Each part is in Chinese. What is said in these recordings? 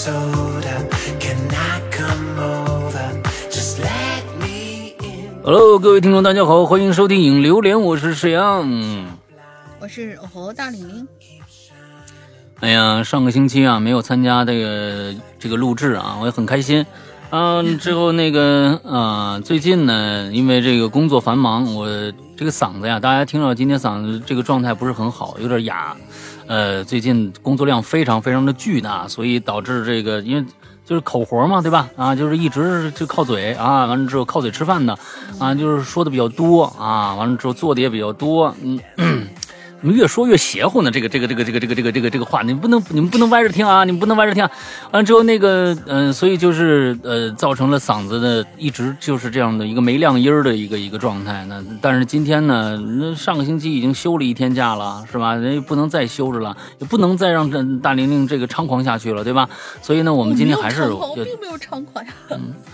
soda. Can I come over? Just let me in. Hello， 各位听众，大家好，欢迎收听《影榴莲》，我是沈阳， 我是大玲玲。 哎呀，上个星期啊没有参加这个录制啊，我也很开心。之后最近呢，因为这个工作繁忙，我这个嗓子呀，大家听到今天嗓子这个状态不是很好，有点哑。最近工作量非常非常的巨大，所以导致这个因为就是口活嘛，对吧？啊，就是一直就靠嘴啊，完了之后靠嘴吃饭的啊，就是说的比较多啊，完了之后做的也比较多，你们越说越邪乎呢，这个话，你们不能歪着听啊，你们不能歪着听。完了之后所以就是造成了嗓子的一直就是这样的一个没亮音的一个状态呢。但是今天呢，上个星期已经休了1天假了，是吧？人也不能再休着了，也不能再让大玲玲这个猖狂下去了，对吧？所以呢，我们今天还是我并没有猖狂呀。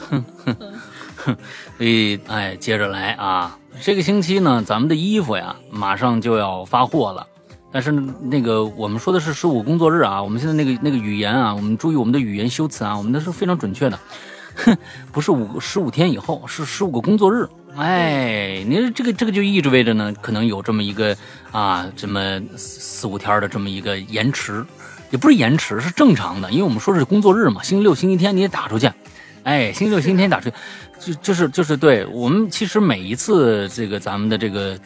所以接着来啊。这个星期呢，咱们的衣服呀马上就要发货了，但是我们说的是15工作日啊，我们现在那个语言啊，我们注意我们的语言修辞啊，我们的是非常准确的，不是15天以后，是15个工作日。你这个就意味着呢，可能有这么一个这么4、5天的这么一个延迟，也不是延迟，是正常的，因为我们说的是工作日嘛，星期六、星期天你也打出去。星期六、星期天打出去，就是对我们其实每一次咱们的这个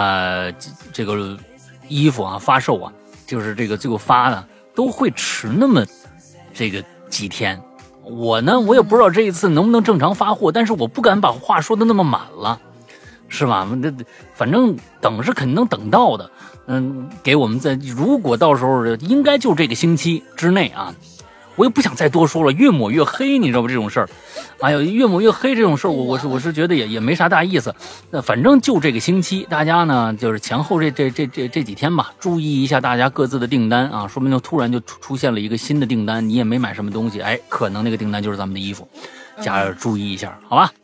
衣服啊发售啊，就是最后发的都会迟那么几天。我也不知道这一次能不能正常发货，但是我不敢把话说的那么满了，是吧？反正等是肯定能等到的。给我们如果到时候应该就这个星期之内啊。我也不想再多说了，越抹越黑，你知道不？这种事儿，越抹越黑这种事儿，我是觉得也没啥大意思。那反正就这个星期，大家呢就是前后这几天吧，注意一下大家各自的订单啊，说不定突然就出现了一个新的订单，你也没买什么东西，可能那个订单就是咱们的衣服，注意一下，好吧？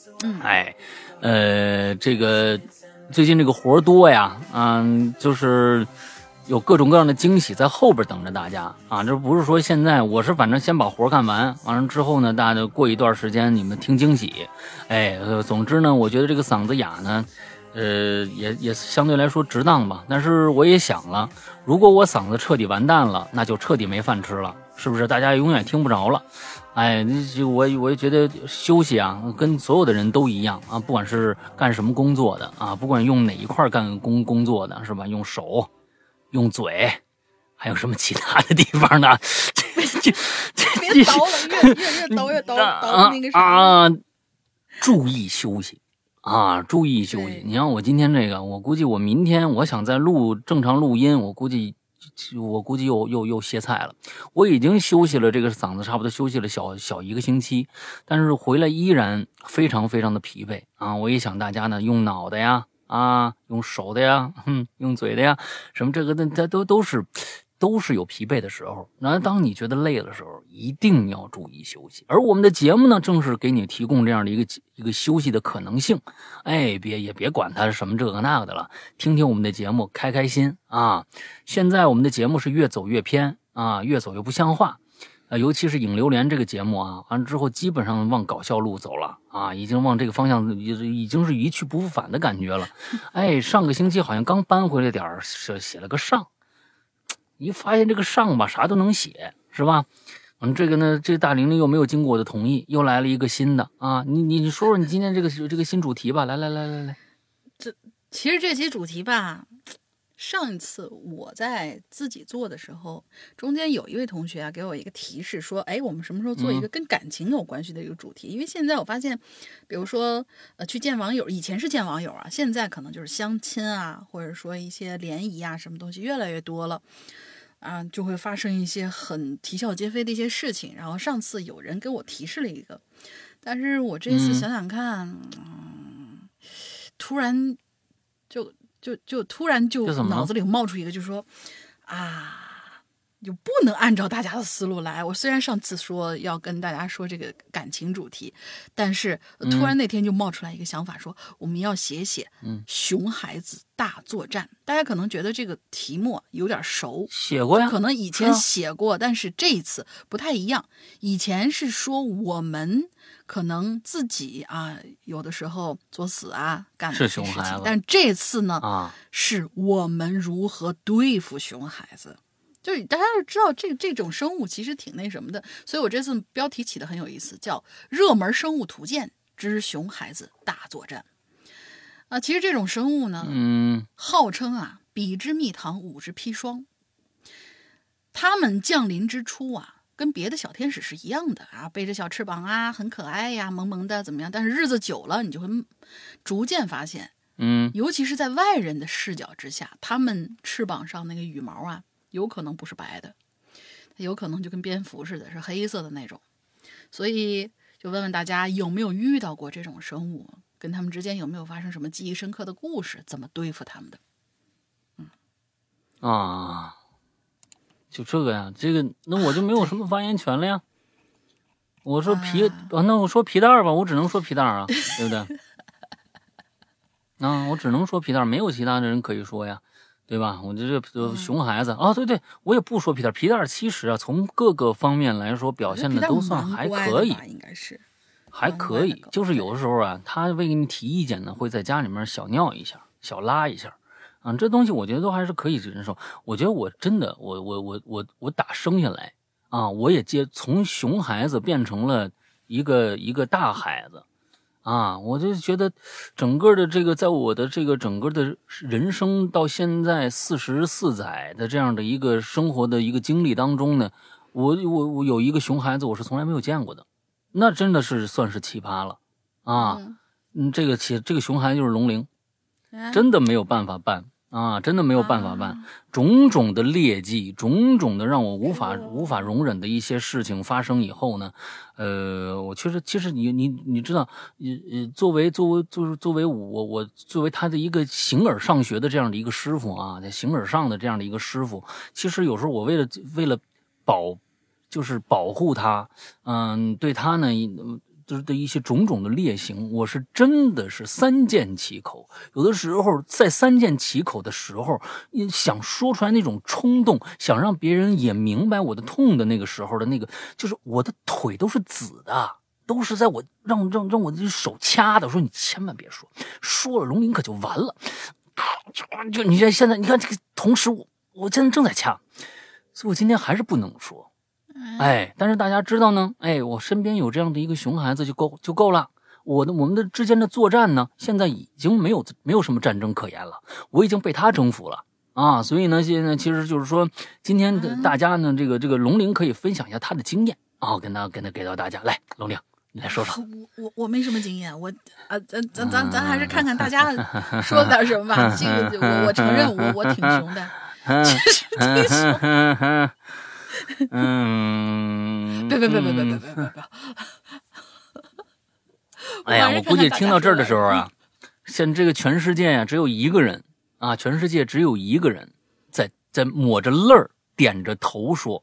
最近这个活多呀，就是有各种各样的惊喜在后边等着大家啊！这不是说现在我是反正先把活干完了之后呢，大家就过一段时间你们听惊喜。总之呢，我觉得这个嗓子哑呢，也相对来说值当吧。但是我也想了，如果我嗓子彻底完蛋了，那就彻底没饭吃了，是不是？大家永远听不着了。我也觉得休息啊，跟所有的人都一样啊，不管是干什么工作的啊，不管用哪一块干工作的，是吧？用手。用嘴，还有什么其他的地方呢？ 别倒了，越倒那个啥。 注意休息啊！注意休息。你像我今天我估计我明天我想再正常录音，我估计又歇菜了。我已经休息了，这个嗓子差不多休息了小1个星期，但是回来依然非常非常的疲惫啊！我也想大家呢用脑袋呀。用手的呀，用嘴的呀，什么这个的，它都是有疲惫的时候。那当你觉得累的时候，一定要注意休息。而我们的节目呢，正是给你提供这样的一个休息的可能性。别管它是什么这个那个的了，听听我们的节目，开开心啊！现在我们的节目是越走越偏啊，越走越不像话。尤其是影榴莲这个节目啊，完了之后基本上往搞笑路走了啊，已经往这个方向已经是一去不复返的感觉了。上个星期好像刚搬回来点写了个上，一发现这个上吧啥都能写，是吧？这个呢，这大玲玲又没有经过我的同意，又来了一个新的啊，你说说你今天这个新主题吧，来， 其实这期主题吧。上一次我在自己做的时候，中间有一位同学给我一个提示说，我们什么时候做一个跟感情有关系的一个主题？因为现在我发现，比如说去见网友，以前是见网友啊，现在可能就是相亲啊，或者说一些联谊啊，什么东西越来越多了啊，就会发生一些很啼笑皆非的一些事情。然后上次有人给我提示了一个，但是我这次想想看，突然就突然就脑子里冒出一个，就说就不能按照大家的思路来。我虽然上次说要跟大家说这个感情主题，但是突然那天就冒出来一个想法说，我们要写熊孩子大作战。大家可能觉得这个题目有点熟， 写过呀， 可能以前写过，但是这一次不太一样。以前是说我们可能自己有的时候作死干是的事情， 熊孩子， 但这次呢是我们如何对付熊孩子。就是大家要知道这种生物其实挺那什么的，所以我这次标题起的很有意思，叫热门生物图鉴之熊孩子大作战。其实这种生物呢，号称彼之蜜糖，吾之砒霜。它们降临之初跟别的小天使是一样的背着小翅膀很可爱呀，萌萌的怎么样？但是日子久了，你就会逐渐发现，尤其是在外人的视角之下，它们翅膀上那个羽毛有可能不是白的，有可能就跟蝙蝠似的，是黑色的那种。所以就问问大家有没有遇到过这种生物，跟他们之间有没有发生什么记忆深刻的故事，怎么对付他们的？ 就这个呀，这个那我就没有什么发言权了呀。我说那我说皮蛋吧，我只能说皮蛋对不对？我只能说皮蛋，没有其他的人可以说呀。对吧？我这熊孩子对，我也不说皮蛋。皮蛋其实从各个方面来说表现的都算还可以， 应该是还可以。就是有的时候他为你提意见呢，会在家里面小尿一下，小拉一下，这东西我觉得都还是可以忍受。我觉得我真的，我打生下来我也从熊孩子变成了一个大孩子。我就觉得整个的这个，在我的这个整个的人生到现在44载的这样的一个生活的一个经历当中呢，我有一个熊孩子，我是从来没有见过的，那真的是算是奇葩了这个熊孩子就是龙鳞，真的没有办法办真的没有办法办，种种的劣迹，种种的让我无法容忍的一些事情发生以后呢，我其实你知道，作为我作为他的一个形而上学的这样的一个师傅在形而上的这样的一个师傅，其实有时候我为了保护他，对他呢。就是的一些种种的劣行，我是真的是三缄其口。有的时候在三缄其口的时候，你想说出来那种冲动，想让别人也明白我的痛的那个时候的那个，就是我的腿都是紫的，都是在我让我的手掐的。我说你千万别说了龙鳞可就完了。就你现在你看这个，同时我现在正在掐，所以我今天还是不能说。但是大家知道呢，我身边有这样的一个熊孩子就够了。我们的之间的作战呢，现在已经没有什么战争可言了，我已经被他征服了所以呢，现在其实就是说，今天大家呢，这个龙鳞可以分享一下他的经验给到大家。来，龙鳞，你来说说。 我没什么经验，咱还是看看大家说点什么吧。这个我承认我挺熊的，其实挺熊。别！ 哎呀，我估计听到这儿的时候现在这个全世界只有一个人全世界只有一个人在抹着泪儿点着头说：“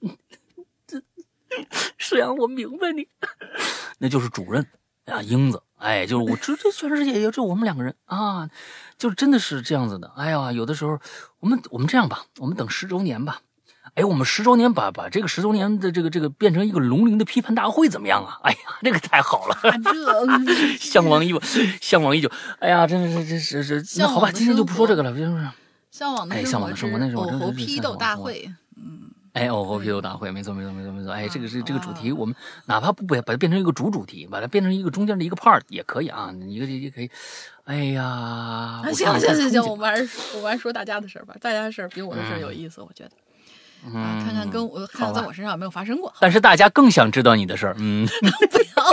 是呀，我明白你。”那就是主任英子。就是我这全世界也就我们两个人就真的是这样子的。哎呀，有的时候我们这样吧，我们等10周年吧。我们10周年把这个10周年的这个变成一个龙鳞的批判大会怎么样啊？哎呀，这个太好了，向往已久。哎呀，真是那好吧，今天就不说这个了，就是向往的生活那时候偶猴批斗大会。 偶猴批斗大会，没错。这个主题，我们哪怕不把它变成一个主题，把它变成一个中间的一个 part 也可以也可以。哎呀， 行，我们还说大家的事儿吧，大家的事儿比我的事儿有意思，我觉得。看看在我身上有没有发生过。 但是大家更想知道你的事儿， 不要。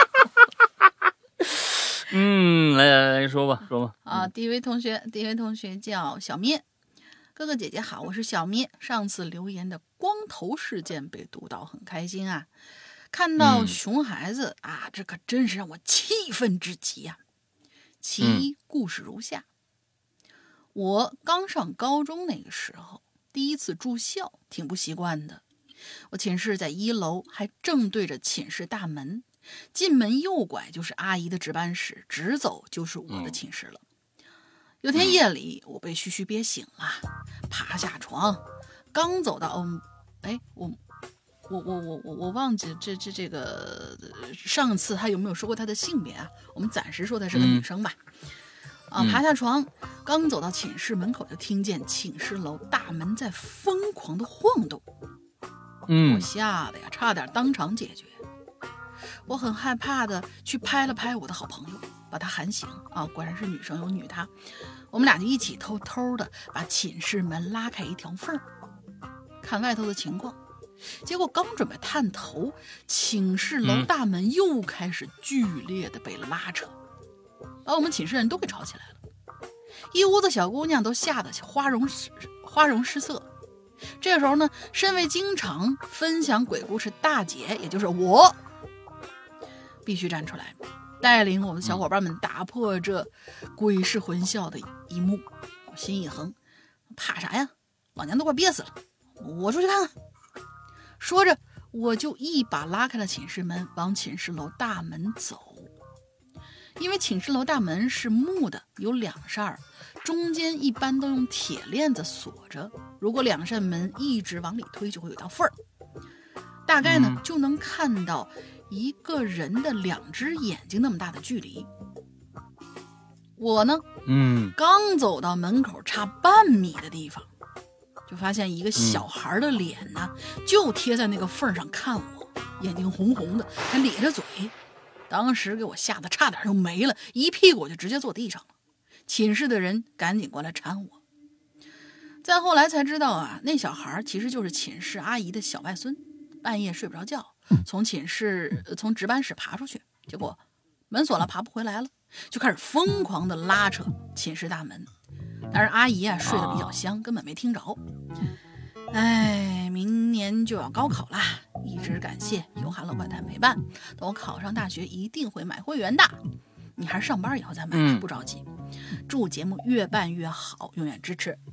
来说吧。 第一位同学叫小咩，哥哥姐姐好，我是小咩。上次留言的光头事件被读到，很开心看到熊孩子这可真是让我气愤至极其一，故事如下：我刚上高中那个时候， 第一次住校，挺不习惯的。我寝室在1楼，还正对着寝室大门，进门右拐就是阿姨的值班室，直走就是我的寝室了。有天夜里，我被嘘嘘憋醒了，爬下床，刚走到我忘记这个上次他有没有说过他的性别啊？我们暂时说他是个女生吧。爬下床，刚走到寝室门口，就听见寝室楼大门在疯狂的晃动。我吓得呀，差点当场解决。我很害怕的去拍了拍我的好朋友，把他喊醒啊，果然是女生有女他。我们俩就一起偷偷的把寝室门拉开一条缝，看外头的情况。结果刚准备探头，寝室楼大门又开始剧烈的被拉扯，把我们寝室人都给吵起来了。一屋子小姑娘都吓得花容失色。这个时候呢，身为经常分享鬼故事大姐，也就是我，必须站出来，带领我们小伙伴们打破这鬼噬魂笑的一幕。我心一横，怕啥呀？老娘都快憋死了，我出去看看。说着，我就一把拉开了寝室门，往寝室楼大门走。因为寝室楼大门是木的，有2扇，中间一般都用铁链子锁着。如果2扇门一直往里推，就会有道缝儿，大概呢就能看到一个人的2只眼睛那么大的距离。我呢，刚走到门口差半米的地方，就发现一个小孩的脸呢，就贴在那个缝上看我，眼睛红红的，还咧着嘴。当时给我吓得差点就没了，一屁股就直接坐地上了。寝室的人赶紧过来搀我。再后来才知道啊，那小孩其实就是寝室阿姨的小外孙，半夜睡不着觉，从值班室爬出去，结果门锁了，爬不回来了，就开始疯狂的拉扯寝室大门。但是阿姨啊睡得比较香，根本没听着。明年就要高考啦，一直感谢有哈喽怪谈陪伴，等我考上大学一定会买会员的。你还是上班以后再买，不着急。祝节目越办越好，永远支持。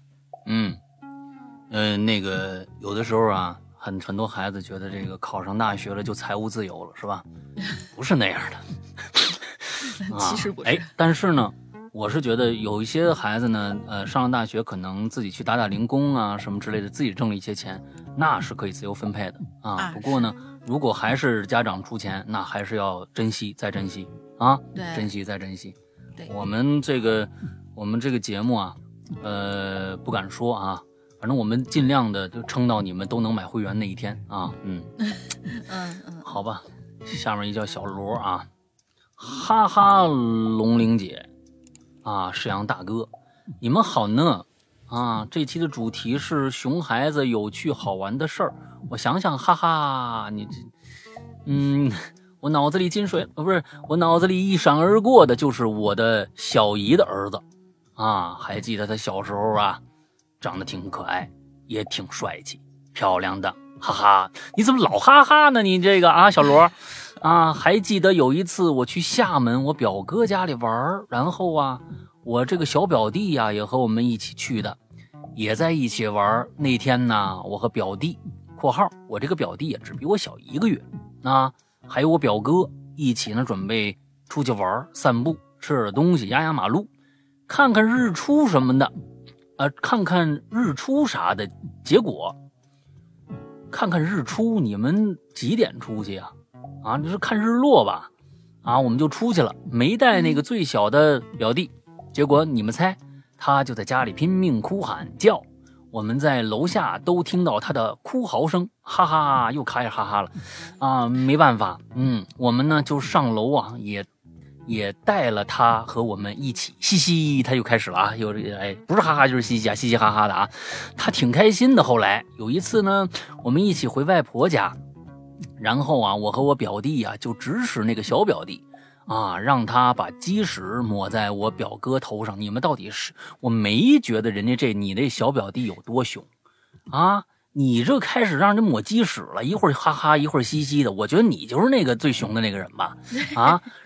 那个有的时候啊，很多孩子觉得这个考上大学了就财务自由了，是吧？不是那样的。 其实不是。 但是呢，我是觉得有一些孩子呢，上了大学可能自己去打零工啊什么之类的，自己挣了一些钱，那是可以自由分配的啊。不过呢，如果还是家长出钱，那还是要珍惜再珍惜啊，珍惜再珍惜。 对， 我们这个节目啊，不敢说啊，反正我们尽量的就撑到你们都能买会员那一天啊。好吧，下面一叫小罗啊，哈哈龙玲姐啊，沈阳大哥，你们好呢啊！这期的主题是熊孩子有趣好玩的事儿。我想想，哈哈，你这，我脑子里进水，不是，我脑子里一闪而过的就是我的小姨的儿子啊，还记得他小时候啊，长得挺可爱，也挺帅气，漂亮的，哈哈！你怎么老哈哈呢？你这个啊，小罗。啊，还记得有一次我去厦门我表哥家里玩，然后啊，我这个小表弟呀也和我们一起去的，也在一起玩。那天呢，我和表弟（括号我这个表弟也只比我小1个月）啊，还有我表哥一起呢，准备出去玩、散步、吃点东西、压马路，看看日出什么的，看看日出啥的。结果，看看日出，你们几点出去呀？啊，这是看日落吧？啊，我们就出去了，没带那个最小的表弟。结果你们猜，他就在家里拼命哭喊叫，我们在楼下都听到他的哭嚎声，哈哈，又开始哈哈了。啊，没办法，我们呢就上楼啊，也带了他和我们一起嘻嘻，他又开始了啊，不是哈哈就是嘻嘻啊，嘻嘻哈哈的啊，他挺开心的。后来有一次呢，我们一起回外婆家。然后啊，我和我表弟啊，就指使那个小表弟啊，让他把鸡屎抹在我表哥头上。你们到底是，我没觉得人家你那小表弟有多凶啊，你这开始让人抹鸡屎了，一会儿哈哈，一会儿嘻嘻的，我觉得你就是那个最凶的那个人吧？啊，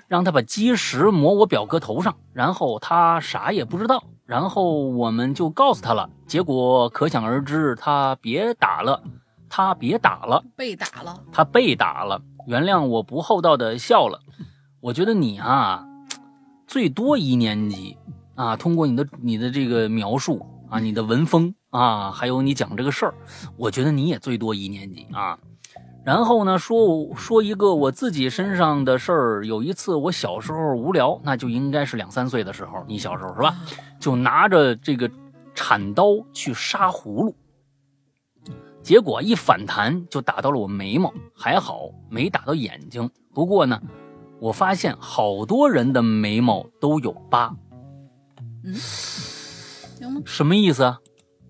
让他把基石抹我表哥头上，然后他啥也不知道，然后我们就告诉他了，结果可想而知，他别打了， 被打了， 他被打了。原谅我不厚道的笑了。我觉得你啊，最多1年级啊，通过你的这个描述啊，你的文风啊，还有你讲这个事儿，我觉得你也最多1年级啊。然后呢，说一个我自己身上的事儿。有一次我小时候无聊，那就应该是2、3岁的时候，你小时候是吧？就拿着这个铲刀去杀葫芦，结果一反弹就打到了我眉毛，还好没打到眼睛。不过呢，我发现好多人的眉毛都有疤。 有吗？ 什么意思啊？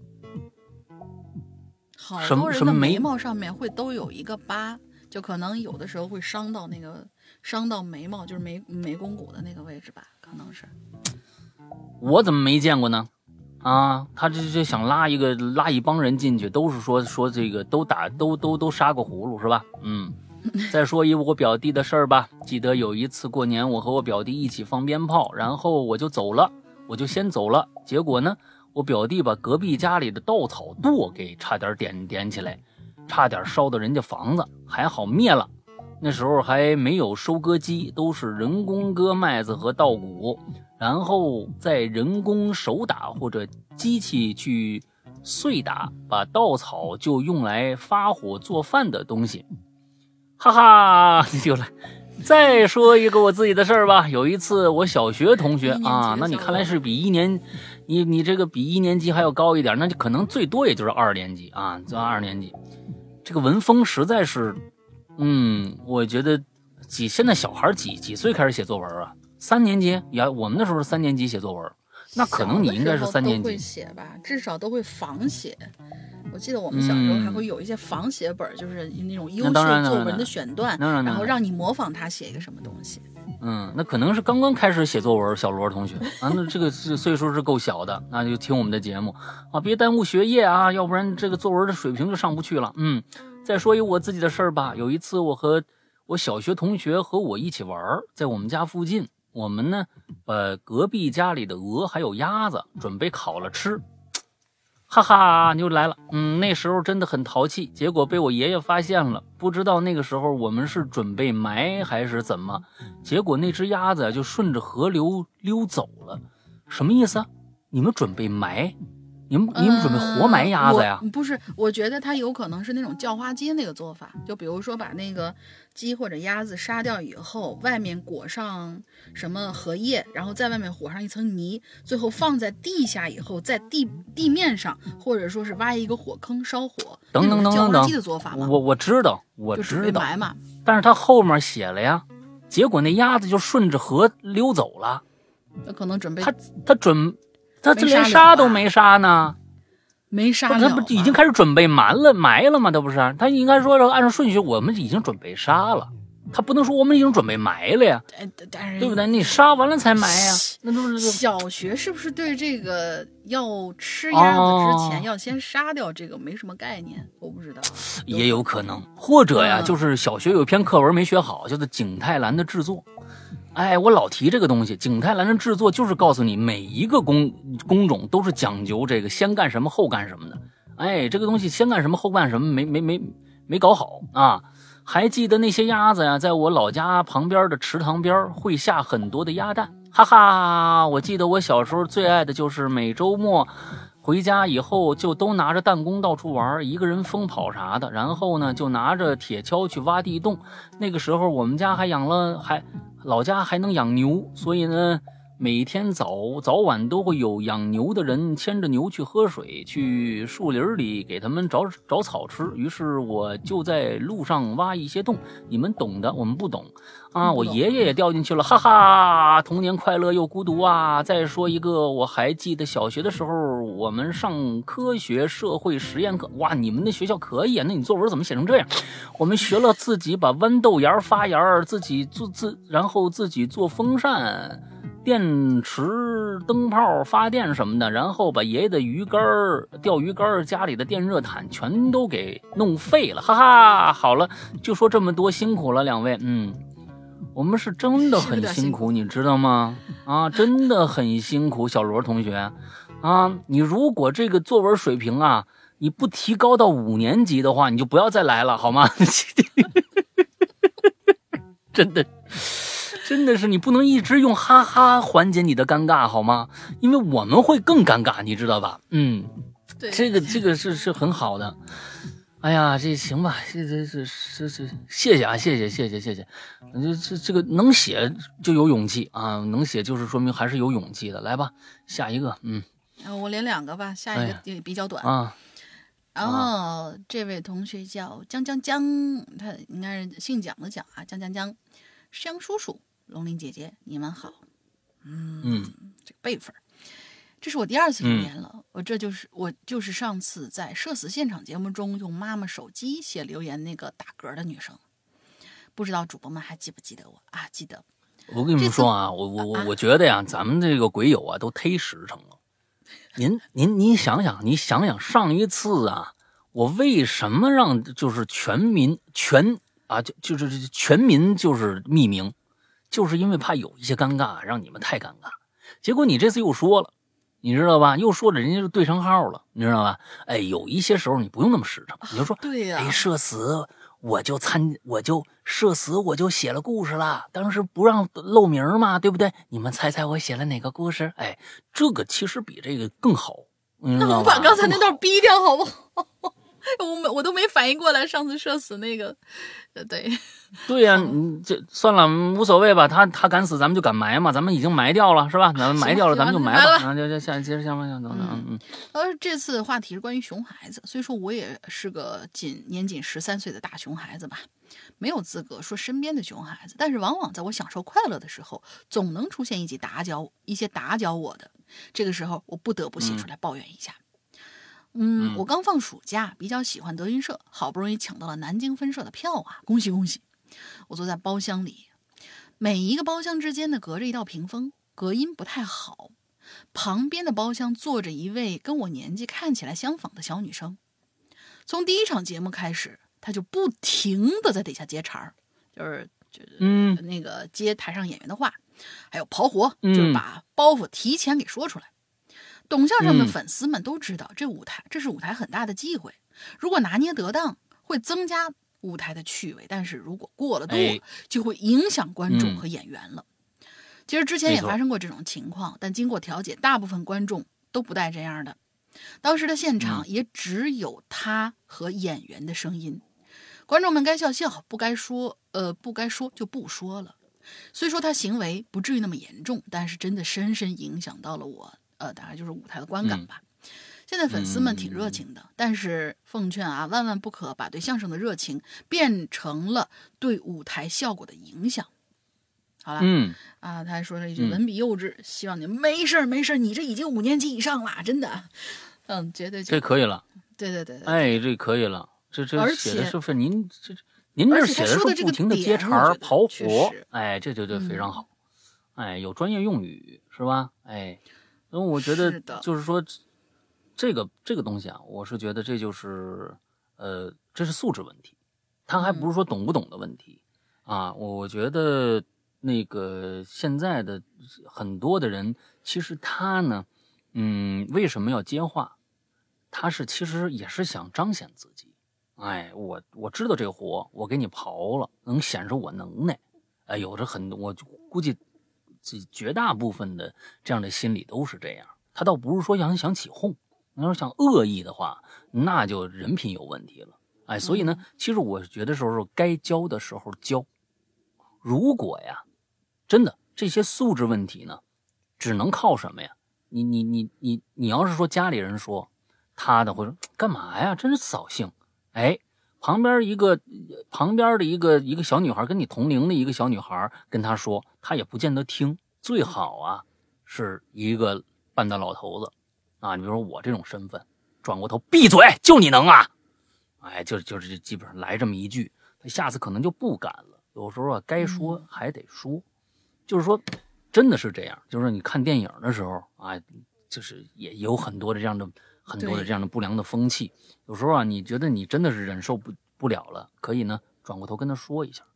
好多人的眉毛上面会都有一个疤，就可能有的时候会伤到眉毛，就是眉弓骨的那个位置吧，可能是。 我怎么没见过呢？啊，他这想拉一帮人进去，都是说这个都杀过葫芦是吧？再说一我表弟的事儿吧。记得有一次过年，我和我表弟一起放鞭炮，然后我就先走了。结果呢，我表弟把隔壁家里的稻草垛给差点点起来，差点烧到人家房子，还好灭了。那时候还没有收割机，都是人工割麦子和稻谷，然后再人工手打或者机器去碎打，把稻草就用来发火做饭的东西。哈哈，就来再说一个我自己的事儿吧。有一次我小学同学啊，那你看来是比你这个比1年级还要高一点，那就可能最多也就是2年级啊，这2年级。这个文风实在是，我觉得现在小孩几岁开始写作文啊？3年级呀，我们那时候是3年级写作文，那可能你应该是3年级。 都会写吧，至少都会仿写。我记得我们小时候还会有一些仿写本，就是那种优秀作文的选段，然后让你模仿他写一个什么东西。 那可能是刚刚开始写作文，小罗同学啊，那这个岁数是够小的，那就听我们的节目啊，别耽误学业啊，要不然这个作文的水平就上不去了。再说一我自己的事儿吧。有一次我和我小学同学和我一起玩，在我们家附近，我们呢把隔壁家里的鹅还有鸭子准备烤了吃。哈哈，就来了。那时候真的很淘气，结果被我爷爷发现了。不知道那个时候我们是准备埋还是怎么，结果那只鸭子就顺着河流溜走了。什么意思啊？你们准备埋？你们准备活埋鸭子呀？ 不是，我觉得它有可能是那种叫花鸡那个做法，就比如说把那个鸡或者鸭子杀掉以后，外面裹上什么荷叶，然后在外面裹上一层泥，最后放在地下以后，在地面上，或者说是挖一个火坑烧火， 等叫花鸡的做法吗？ 我知道， 埋嘛。 但是他后面写了呀，结果那鸭子就顺着河溜走了。 那可能准备他这连杀都没杀呢， 没杀了， 他不已经开始准备埋了吗？他不是，他应该说按照顺序，我们已经准备杀了，他不能说我们已经准备埋了呀， 但是对不对？你杀完了才埋呀，那都是小学是不是对这个要吃鸭子之前要先杀掉这个没什么概念？我不知道， 也有可能，或者呀，就是小学有一篇课文没学好，叫做景泰蓝的制作。我老提这个东西，景泰蓝的制作就是告诉你每一个工种都是讲究这个先干什么后干什么的。这个东西先干什么后干什么没搞好啊。还记得那些鸭子呀，在我老家旁边的池塘边会下很多的鸭蛋，哈哈，我记得我小时候最爱的就是每周末回家以后就都拿着弹弓到处玩，一个人疯跑啥的，然后呢就拿着铁锹去挖地洞。那个时候我们家老家还能养牛，所以呢每天早晚都会有养牛的人牵着牛去喝水，去树林里给他们找草吃。于是我就在路上挖一些洞，你们懂的，我们不懂啊。我爷爷也掉进去了，哈哈，童年快乐又孤独啊。再说一个，我还记得小学的时候，我们上科学社会实验课，哇，你们那学校可以啊，那你作文怎么写成这样？我们学了自己把豌豆芽发芽，自己然后自己做风扇、电池、灯泡发电什么的，然后把爷爷的钓鱼竿、家里的电热毯全都给弄废了，哈哈。好了，就说这么多，辛苦了两位。 我们是真的很是有点辛辛苦，你知道吗？啊，真的很辛苦，小罗同学啊，你如果这个作文水平啊，你不提高到5年级的话，你就不要再来了，好吗？真的。真的是你不能一直用哈哈缓解你的尴尬好吗？因为我们会更尴尬，你知道吧？ 对， 这个是很好的。哎呀，这行吧，这谢谢啊，谢谢。这个能写就有勇气啊，能写就是说明还是有勇气的。来吧，下一个， 我连2个吧，下一个也比较短啊。 然后这位同学叫江，他应该是姓蒋的蒋啊，江，香叔叔。龙鳞姐姐，你们好。这个辈分。这是我第2次留言了。我就是上次在社死现场节目中用妈妈手机写留言那个打嗝的女生。不知道主播们还记不记得我啊？记得。 我跟你们说啊，我觉得呀，咱们这个鬼友啊都忒实诚了。您想想上一次啊，我为什么让就是全民就是全民就是匿名？就是因为怕有一些尴尬，让你们太尴尬。结果你这次又说了，你知道吧？又说了，人家就对上号了，你知道吧？哎，有一些时候你不用那么实诚，你就说， 对呀， 哎，社死我就写了故事了，当时不让露名嘛，对不对？你们猜猜我写了哪个故事？哎，这个其实比这个更好。 那我把刚才那段逼掉好不好？我都没反应过来，上次社死那个，对呀，你这算了，无所谓吧。他敢死，咱们就敢埋嘛。咱们已经埋掉了，是吧？咱们埋掉了，咱们就埋吧。然后就接着下吧， 这次话题是关于熊孩子。虽说我也是个年仅13岁的大熊孩子吧，没有资格说身边的熊孩子，但是往往在我享受快乐的时候，总能出现一些打搅我的。这个时候，我不得不写出来抱怨一下。我刚放暑假，比较喜欢德云社，好不容易抢到了南京分社的票啊，恭喜！我坐在包厢里，每一个包厢之间呢隔着一道屏风，隔音不太好。旁边的包厢坐着一位跟我年纪看起来相仿的小女生。从第1场节目开始，她就不停的在底下接茬儿，就是那个接台上演员的话，还有刨活，就是把包袱提前给说出来。董相上的粉丝们都知道，这是舞台很大的忌讳，如果拿捏得当，会增加舞台的趣味，但是如果过了度，就会影响观众和演员了。其实之前也发生过这种情况，但经过调解，大部分观众都不带这样的。当时的现场也只有他和演员的声音，观众们该笑笑，不该说就不说了。虽说他行为不至于那么严重，但是真的深深影响到了我。大概就是舞台的观感吧。现在粉丝们挺热情的，但是奉劝啊，万万不可把对相声的热情变成了对舞台效果的影响。好了，他还说了一句文笔幼稚，希望你没事，你这已经5年级以上了，真的，绝对这可以了。 对， 哎，这可以了。这写的是不是您这写的是不停的接茬刨活？哎，这非常好。哎，有专业用语是吧？哎。因为我觉得就是说，这个东西啊，我是觉得这就是这是素质问题，他还不是说懂不懂的问题啊。我觉得那个现在的很多的人，其实他呢，为什么要接话？他其实也是想彰显自己。哎，我知道这个活，我给你刨了，能显示我能耐。哎，有着我估计。绝大部分的这样的心理都是这样，他倒不是说想起哄，你要是想恶意的话，那就人品有问题了。哎，所以呢，其实我觉得该教的时候教。如果呀，真的这些素质问题呢，只能靠什么呀？你要是说家里人说，他的会说干嘛呀？真是扫兴。哎，旁边的一个小女孩，跟你同龄的一个小女孩跟他说，他也不见得听。最好啊是一个半大老头子啊，你比如说我这种身份，转过头闭嘴，就你能啊！哎，就是基本上来这么一句，他下次可能就不敢了。有时候啊，该说还得说，就是说真的是这样。就是你看电影的时候啊，就是也有很多的这样的不良的风气。有时候啊，你觉得你真的是忍受不了了，可以呢转过头跟他说一下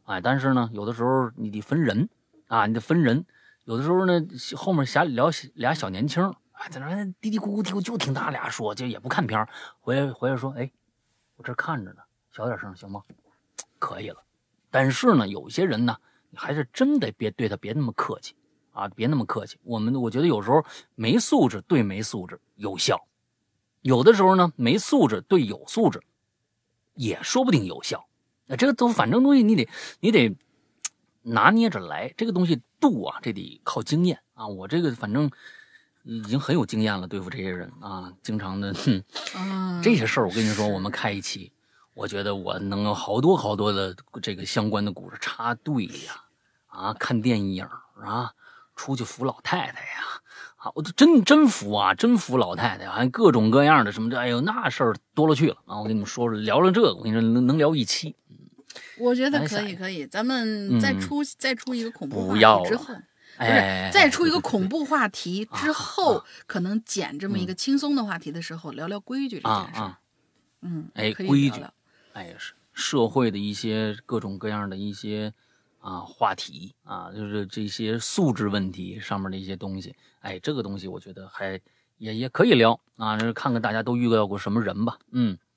哎，但是呢，有的时候你得分人啊，你得分人。有的时候呢，后面俩小年轻啊，在那嘀嘀咕咕就听他俩说，就也不看片儿，回来说，哎，我这看着呢，小点声行吗？可以了。但是呢，有些人呢，你还是真得别对他别那么客气啊，别那么客气。我觉得有时候没素质对没素质有效，有的时候呢，没素质对有素质也说不定有效。这个都反正东西你得拿捏着来，这个东西度啊，这得靠经验啊。我这个反正已经很有经验了，对付这些人啊，经常的，这些事儿我跟你说，我们开一期，我觉得我能有好多的这个相关的故事插队呀，啊，看电影啊，出去扶老太太呀，啊，我都真服啊，真服老太太，还各种各样的什么这，哎呦，那事儿多了去了啊！我跟你们说聊这个，我跟你说能聊一期。 我觉得可以，咱们再出一个恐怖话题之后，再出一个恐怖话题之后，可能捡这么一个轻松的话题的时候，聊聊规矩这件事。可以规矩，是社会的一些各种各样的一些话题啊，就是这些素质问题上面的一些东西，这个东西我觉得还也可以聊啊，看看大家都遇到过什么人吧。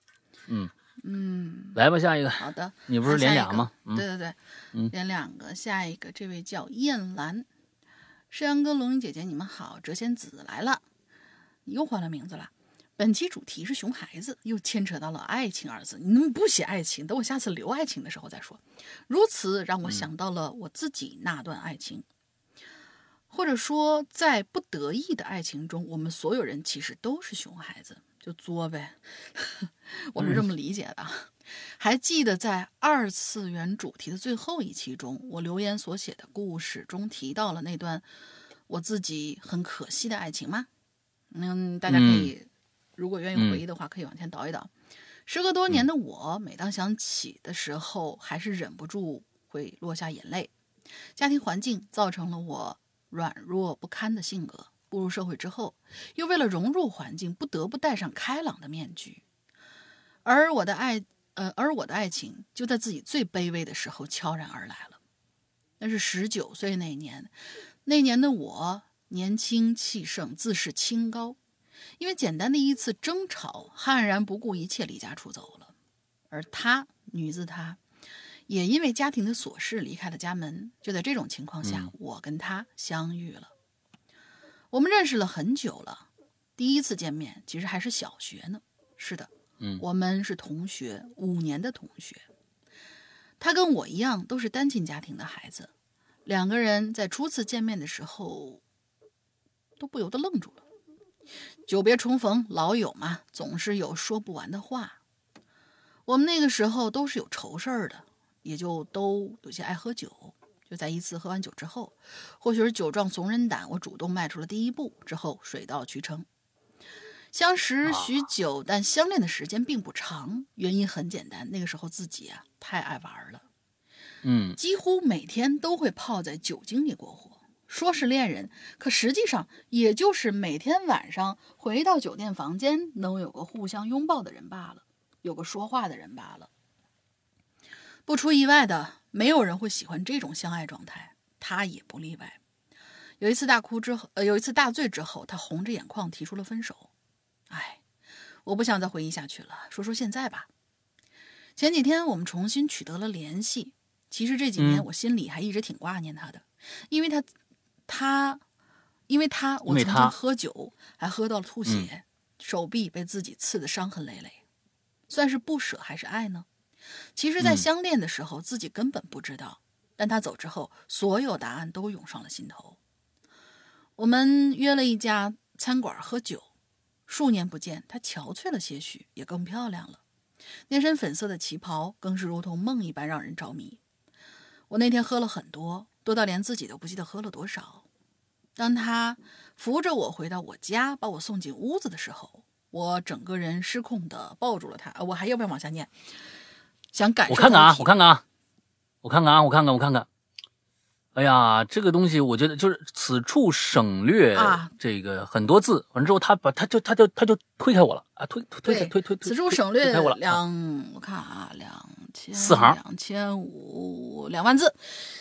来吧，下一个。 好的， 你不是连俩吗？ 对，连两个。下一个，这位叫燕兰，诗阳哥、龙云姐姐，你们好，谪仙子来了，你又换了名字了。本期主题是熊孩子，又牵扯到了爱情二字，你能不写爱情？等我下次留爱情的时候再说。如此让我想到了我自己那段爱情，或者说在不得已的爱情中，我们所有人其实都是熊孩子。就作呗，我是这么理解的。还记得在二次元主题的最后一期中，我留言所写的故事中提到了那段我自己很可惜的爱情吗？大家可以，如果愿意回忆的话，可以往前倒一倒。时隔多年的我，每当想起的时候，还是忍不住会落下眼泪。家庭环境造成了我软弱不堪的性格。步入社会之后，又为了融入环境，不得不戴上开朗的面具，而我的爱情就在自己最卑微的时候悄然而来了。那是19岁那年的我年轻气盛，自视清高，因为简单的一次争吵，悍然不顾一切离家出走了。而她，女字她，也因为家庭的琐事离开了家门。就在这种情况下，我跟她相遇了。我们认识了很久了，第一次见面其实还是小学呢。是的，我们是同学，5年的同学。他跟我一样都是单亲家庭的孩子，两个人在初次见面的时候都不由得愣住了。久别重逢，老友嘛，总是有说不完的话。我们那个时候都是有愁事儿的，也就都有些爱喝酒。就在一次喝完酒之后，或许是酒壮怂人胆，我主动迈出了第一步，之后水到渠成。相识许久，但相恋的时间并不长，原因很简单，那个时候自己太爱玩了，几乎每天都会泡在酒精里过活。说是恋人，可实际上也就是每天晚上回到酒店房间，能有个互相拥抱的人罢了，有个说话的人罢了。不出意外的，没有人会喜欢这种相爱状态，他也不例外。有一次大醉之后，他红着眼眶提出了分手。我不想再回忆下去了，说现在吧。前几天我们重新取得了联系，其实这几年我心里还一直挺挂念他的，因为我曾经喝酒，还喝到了吐血，手臂被自己刺得伤痕累累，算是不舍还是爱呢？其实在相恋的时候自己根本不知道，但他走之后，所有答案都涌上了心头。我们约了一家餐馆喝酒，数年不见，她憔悴了些许，也更漂亮了。那身粉色的旗袍更是如同梦一般让人着迷。我那天喝了很多，多到连自己都不记得喝了多少。当他扶着我回到我家，把我送进屋子的时候，我整个人失控地抱住了他。我还要不要往下念？想感受。我看看。哎呀，这个东西我觉得就是此处省略这个很多字，完之后他就推开我了啊，推。 此处省略推开我了。 我看2 4行 2500-2万字，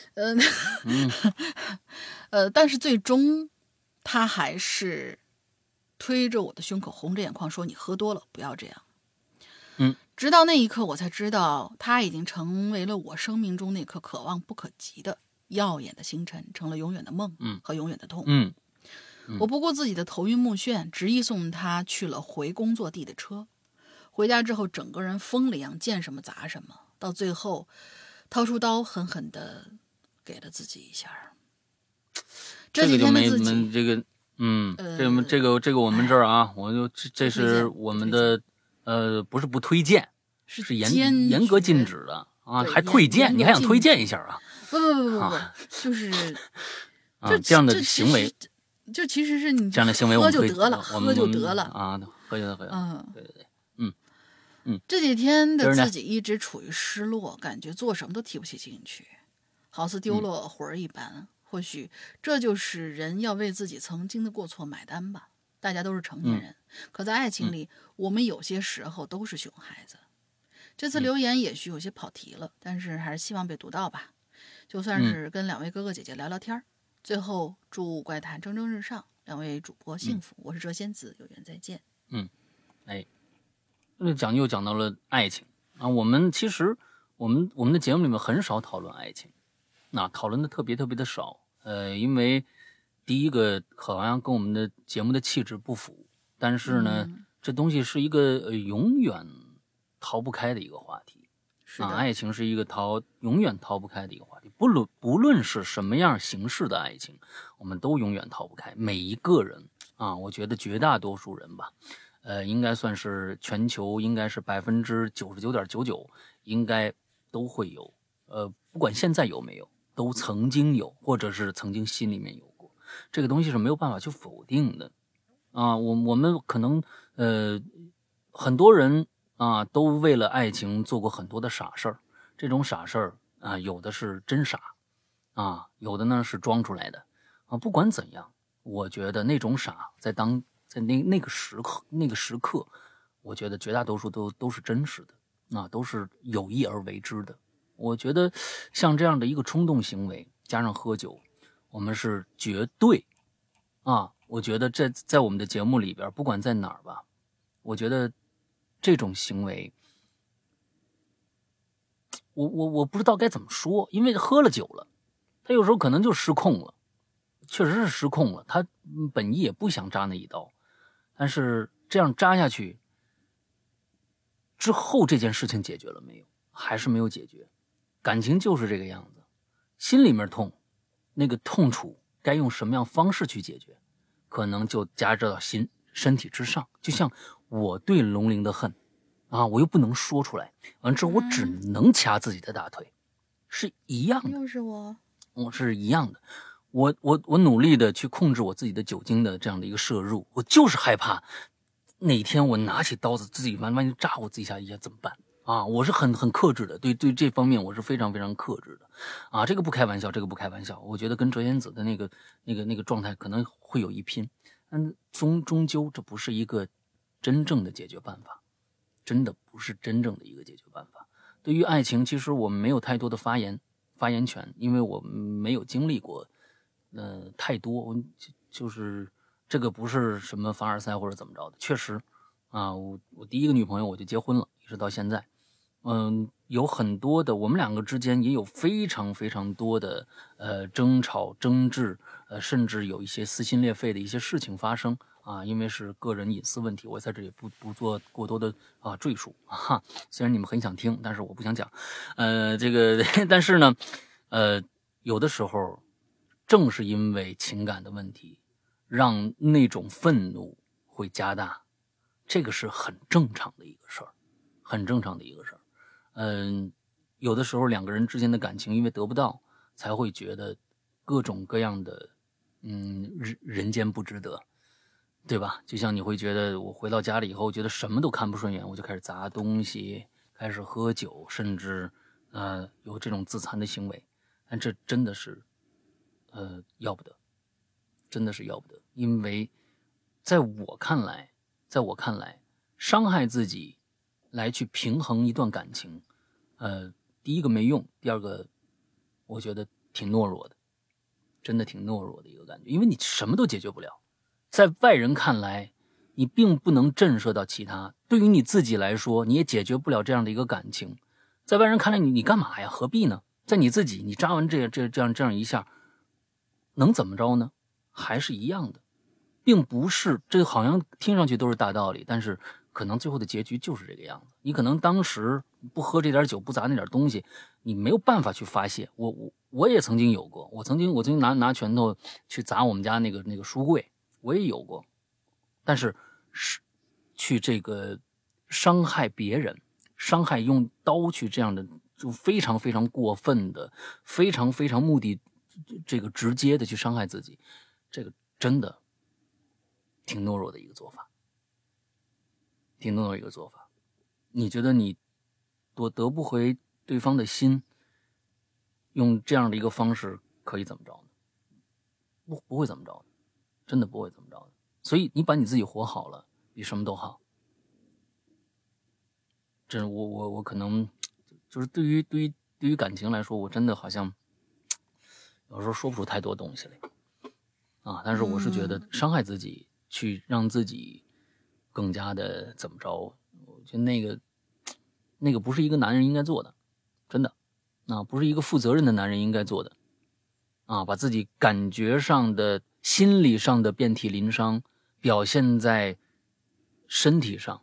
但是最终他还是推着我的胸口，红着眼眶说：“你喝多了，不要这样。”直到那一刻，我才知道他已经成为了我生命中那颗可望不可及的耀眼的星辰，成了永远的梦和永远的痛。我不顾自己的头晕目眩，执意送他去了回工作地的车。回家之后，整个人疯了一样，见什么砸什么，到最后掏出刀，狠狠地给了自己一下。 这个就没自己这个，这个我们这儿啊，我就这是我们的不是不推荐，是严格禁止的啊，还推荐，你还想推荐一下啊？ 不，就是这样的行为， 就其实是你这样的行为，喝就得了，喝就得了啊，喝就得，对， 这几天的自己一直处于失落，感觉做什么都提不起劲去，好似丢了魂儿一般。或许这就是人要为自己曾经的过错买单吧。大家都是成年人，可在爱情里，我们有些时候都是熊孩子。这次留言也许有些跑题了，但是还是希望被读到吧。就算是跟两位哥哥姐姐聊聊天。最后祝怪谈蒸蒸日上，两位主播幸福。我是谪仙子，有缘再见。 又讲到了爱情啊，我们其实我们的节目里面很少讨论爱情，讨论的特别的少。因为第一个好像跟我们的节目的气质不符，但是呢，这东西是一个永远逃不开的一个话题。爱情是一个永远逃不开的一个话题，不论是什么样形式的爱情，我们都永远逃不开。每一个人啊，我觉得绝大多数人吧，应该算是全球应该是99.99%应该都会有，不管现在有没有，都曾经有，或者是曾经心里面有过。这个东西是没有办法去否定的啊。我们可能很多人啊，都为了爱情做过很多的傻事儿。这种傻事儿啊，有的是真傻啊，有的呢是装出来的啊。不管怎样，我觉得那种傻在那个时刻，我觉得绝大多数都是真实的啊，都是有意而为之的。我觉得像这样的一个冲动行为，加上喝酒，我们是绝对啊。我觉得在我们的节目里边，不管在哪儿吧，我觉得这种行为，我不知道该怎么说，因为喝了酒了，他有时候可能就失控了，确实是失控了。他本意也不想扎那一刀，但是这样扎下去之后，这件事情解决了没有？还是没有解决。感情就是这个样子，心里面痛，那个痛楚该用什么样方式去解决，可能就加之到身体之上。就像我对龙鳞的恨啊，我又不能说出来，完之后我只能掐自己的大腿，是一样的。 又是我是一样的。我努力的去控制我自己的酒精的这样的一个摄入，我就是害怕哪天我拿起刀子自己万一扎我自己下一下怎么办啊？我是很克制的，对这方面我是非常克制的啊。这个不开玩笑，我觉得跟谪仙子的那个状态可能会有一拼，但终究这不是一个真正的解决办法，真的不是真正的一个解决办法。对于爱情，其实我们没有太多的发言权，因为我没有经历过太多。就是这个不是什么凡尔赛或者怎么着的，确实啊，我第一个女朋友我就结婚了，一直到现在。有很多的，我们两个之间也有非常多的争吵争执，甚至有一些撕心裂肺的一些事情发生啊。因为是个人隐私问题，我在这也不做过多的赘述哈。虽然你们很想听，但是我不想讲。这个但是呢，有的时候正是因为情感的问题，让那种愤怒会加大，这个是很正常的一个事儿，很正常的一个事儿。有的时候两个人之间的感情因为得不到，才会觉得各种各样的人间不值得，对吧？就像你会觉得我回到家里以后觉得什么都看不顺眼，我就开始砸东西，开始喝酒，甚至有这种自残的行为。但这真的是要不得，真的是要不得。因为在我看来伤害自己来去平衡一段感情， 第一个没用，第二个我觉得挺懦弱的，真的挺懦弱的一个感觉，因为你什么都解决不了，在外人看来你并不能震慑到其他，对于你自己来说你也解决不了这样的一个感情，在外人看来你干嘛呀，何必呢？在你自己你扎完这样一下能怎么着呢？还是一样的，并不是，这好像听上去都是大道理，但是可能最后的结局就是这个样子。你可能当时不喝这点酒，不砸那点东西，你没有办法去发泄。我也曾经有过，我曾经拿拳头去砸我们家那个书柜，我也有过，但是去这个伤害别人，伤害用刀去这样的，就非常非常过分的，非常非常目的这个直接的去伤害自己，这个真的挺懦弱的一个做法，挺懦弱的一个做法。你觉得你得不回对方的心，用这样的一个方式可以怎么着呢？不会怎么着的，真的不会怎么着的。所以你把你自己活好了，比什么都好。这我可能就是对于感情来说，我真的好像有时候说不出太多东西来啊。但是我是觉得伤害自己，去让自己更加的怎么着，我觉得那个不是一个男人应该做的，真的啊，不是一个负责任的男人应该做的啊。把自己感觉上的、心理上的遍体鳞伤表现在身体上，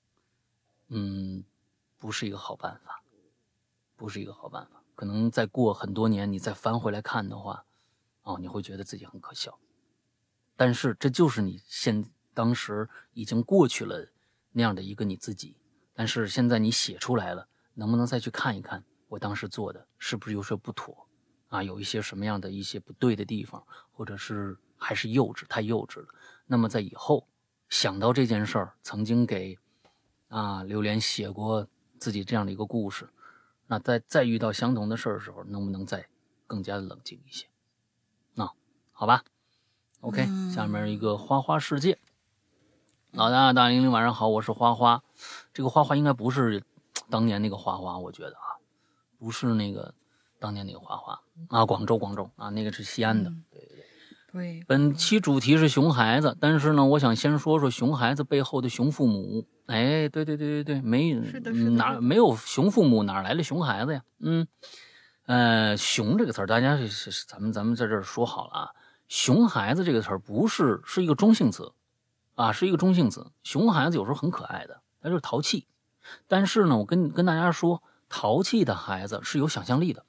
不是一个好办法，不是一个好办法。可能再过很多年，你再翻回来看的话，你会觉得自己很可笑。但是这就是你当时已经过去了那样的一个你自己。但是现在你写出来了，能不能再去看一看我当时做的是不是有些不妥啊？有一些什么样的一些不对的地方，或者是还是太幼稚了。那么在以后想到这件事儿，曾经给榴莲写过自己这样的一个故事，那再遇到相同的事儿的时候，能不能再更加的冷静一些？好吧 ，OK，下面一个花花世界。老大玲玲晚上好，我是花花。这个花花应该不是当年那个花花，我觉得不是那个当年那个花花广州那个是西安的。 对。 本期主题是熊孩子，但是呢，我想先说说熊孩子背后的熊父母。哎，对，没有熊父母，哪来的熊孩子呀？熊这个词儿，大家咱们在这儿说好了啊，熊孩子这个词儿是一个中性词。是一个中性词。熊孩子有时候很可爱的，他就是淘气。但是呢，我跟大家说，淘气的孩子是有想象力的。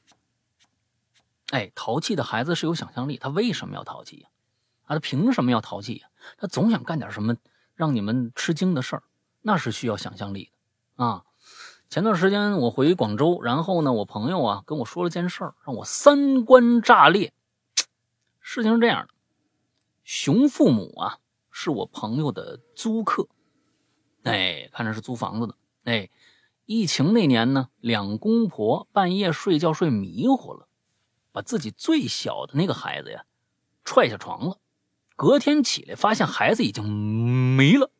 淘气的孩子是有想象力，他为什么要淘气呀？他凭什么要淘气呀？他总想干点什么让你们吃惊的事儿，那是需要想象力的前段时间我回广州，然后呢，我朋友跟我说了件事儿，让我三观炸裂。事情是这样的，熊父母是我朋友的租客，看着是租房子的。疫情那年呢，两公婆半夜睡觉睡迷糊了，把自己最小的那个孩子踹下床了。隔天起来发现孩子已经没了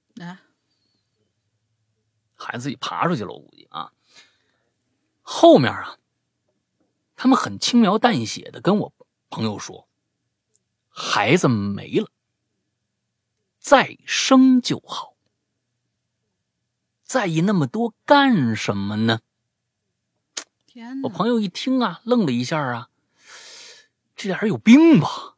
孩子自己爬出去了，我估计后面他们很轻描淡写的跟我朋友说，孩子没了，再生就好，在意那么多干什么呢？ 天哪！ 我朋友一听愣了一下这俩人有病吧？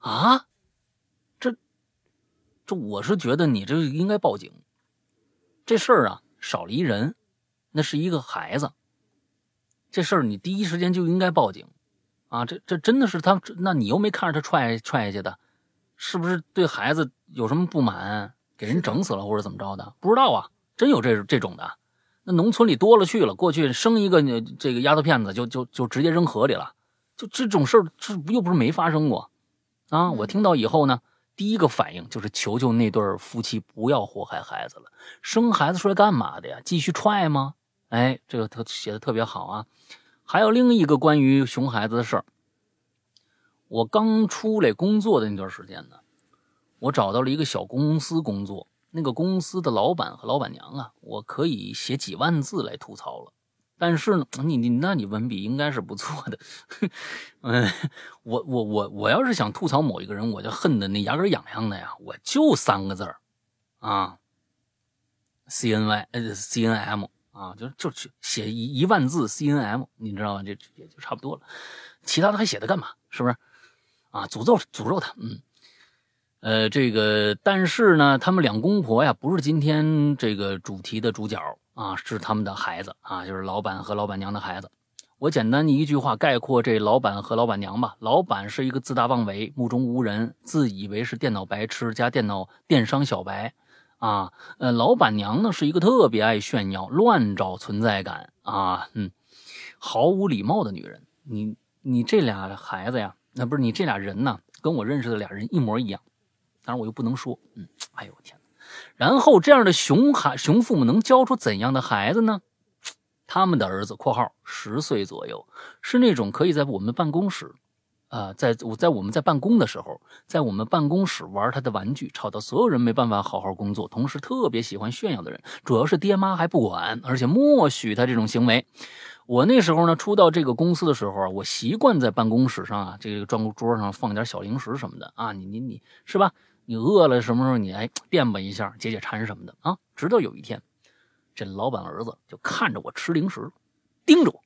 这我是觉得你这应该报警。这事儿少了一人，那是一个孩子，这事儿你第一时间就应该报警这真的是他，那你又没看着他踹下去的，是不是对孩子有什么不满，给人整死了或者怎么着的？不知道真有这种的。那农村里多了去了，过去生一个这个丫头片子就直接扔河里了，就这种事儿又不是没发生过我听到以后呢，第一个反应就是求求那对夫妻不要祸害孩子了，生孩子出来干嘛的呀？继续踹吗？这个他写的特别好还有另一个关于熊孩子的事儿，我刚出来工作的那段时间呢，我找到了一个小公司工作，那个公司的老板和老板娘我可以写几万字来吐槽了但是呢，你文笔应该是不错的。我要是想吐槽某一个人，我就恨得那牙根痒痒的呀，我就3个字啊 ，CNM 啊，就写1万字 CNM， 你知道吗？这也就差不多了，其他的还写它干嘛？是不是？啊，诅咒他，这个，但是呢，他们2公婆呀，不是今天这个主题的主角啊，是他们的孩子啊，就是老板和老板娘的孩子。我简单一句话概括这老板和老板娘吧。老板是一个自大妄为、目中无人、自以为是电脑白痴加电商小白啊。老板娘呢是一个特别爱炫耀、乱找存在感啊，毫无礼貌的女人。你这俩孩子呀，不是你这俩人呢，跟我认识的俩人一模一样。当然我又不能说，哎呦天哪！然后这样的熊父母能教出怎样的孩子呢？他们的儿子（括号10岁左右）是那种可以在我们办公室，在我们在办公的时候，在我们办公室玩他的玩具，吵到所有人没办法好好工作，同时特别喜欢炫耀的人。主要是爹妈还不管，而且默许他这种行为。我那时候呢，初到这个公司的时候啊，我习惯在办公室上啊，这个桌上放点小零食什么的啊，你是吧？你饿了什么时候你垫吧一下解解馋什么的啊。直到有一天，这老板儿子就看着我吃零食，盯着我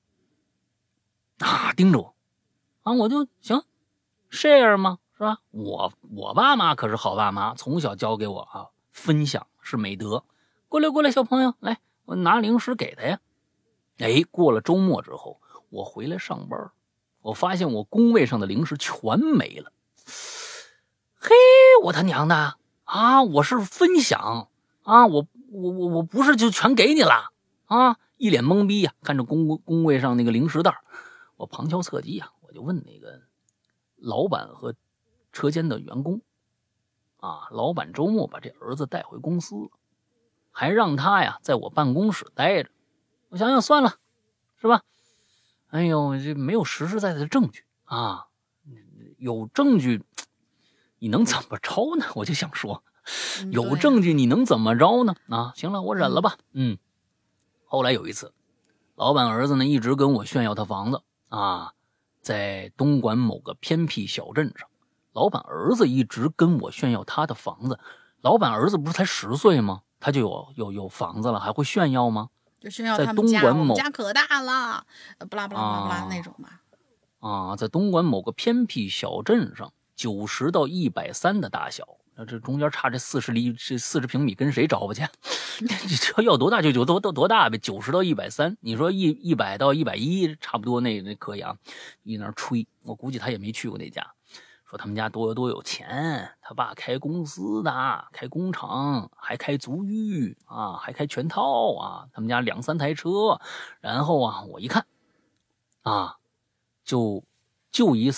啊，我就行 share 嘛，是吧？我爸妈可是好爸妈，从小教给我啊，分享是美德。过来小朋友，来，我拿零食给他呀。过了周末之后，我回来上班，我发现我工位上的零食全没了。嘿，我他娘的啊！我是分享啊，我不是就全给你了啊！一脸懵逼呀，看着工位上那个零食袋，我旁敲侧击呀，我就问那个老板和车间的员工啊，老板周末把这儿子带回公司了，还让他呀在我办公室待着。我想想算了，是吧？哎呦，这没有实实在在的证据啊，有证据。你能怎么着呢？我就想说，有证据你能怎么着呢？啊，行了，我忍了吧。后来有一次，老板儿子呢一直跟我炫耀他房子啊，在东莞某个偏僻小镇上，老板儿子一直跟我炫耀他的房子。老板儿子不是才10岁吗？他就有房子了，还会炫耀吗？ 就炫耀他们家，我们家可大了，不啦不啦不啦不啦那种嘛。 啊，在东莞某个偏僻小镇上。90到130的大小，这中间差这40平米跟谁着吧去？这要多大就多大呗，90到130，你说100到110差不多那可以啊。一那吹，我估计他也没去过那家。说他们家多有钱，他爸开公司的，开工厂，还开足浴啊，还开全套啊。他们家2、3台车，然后啊，我一看啊，就一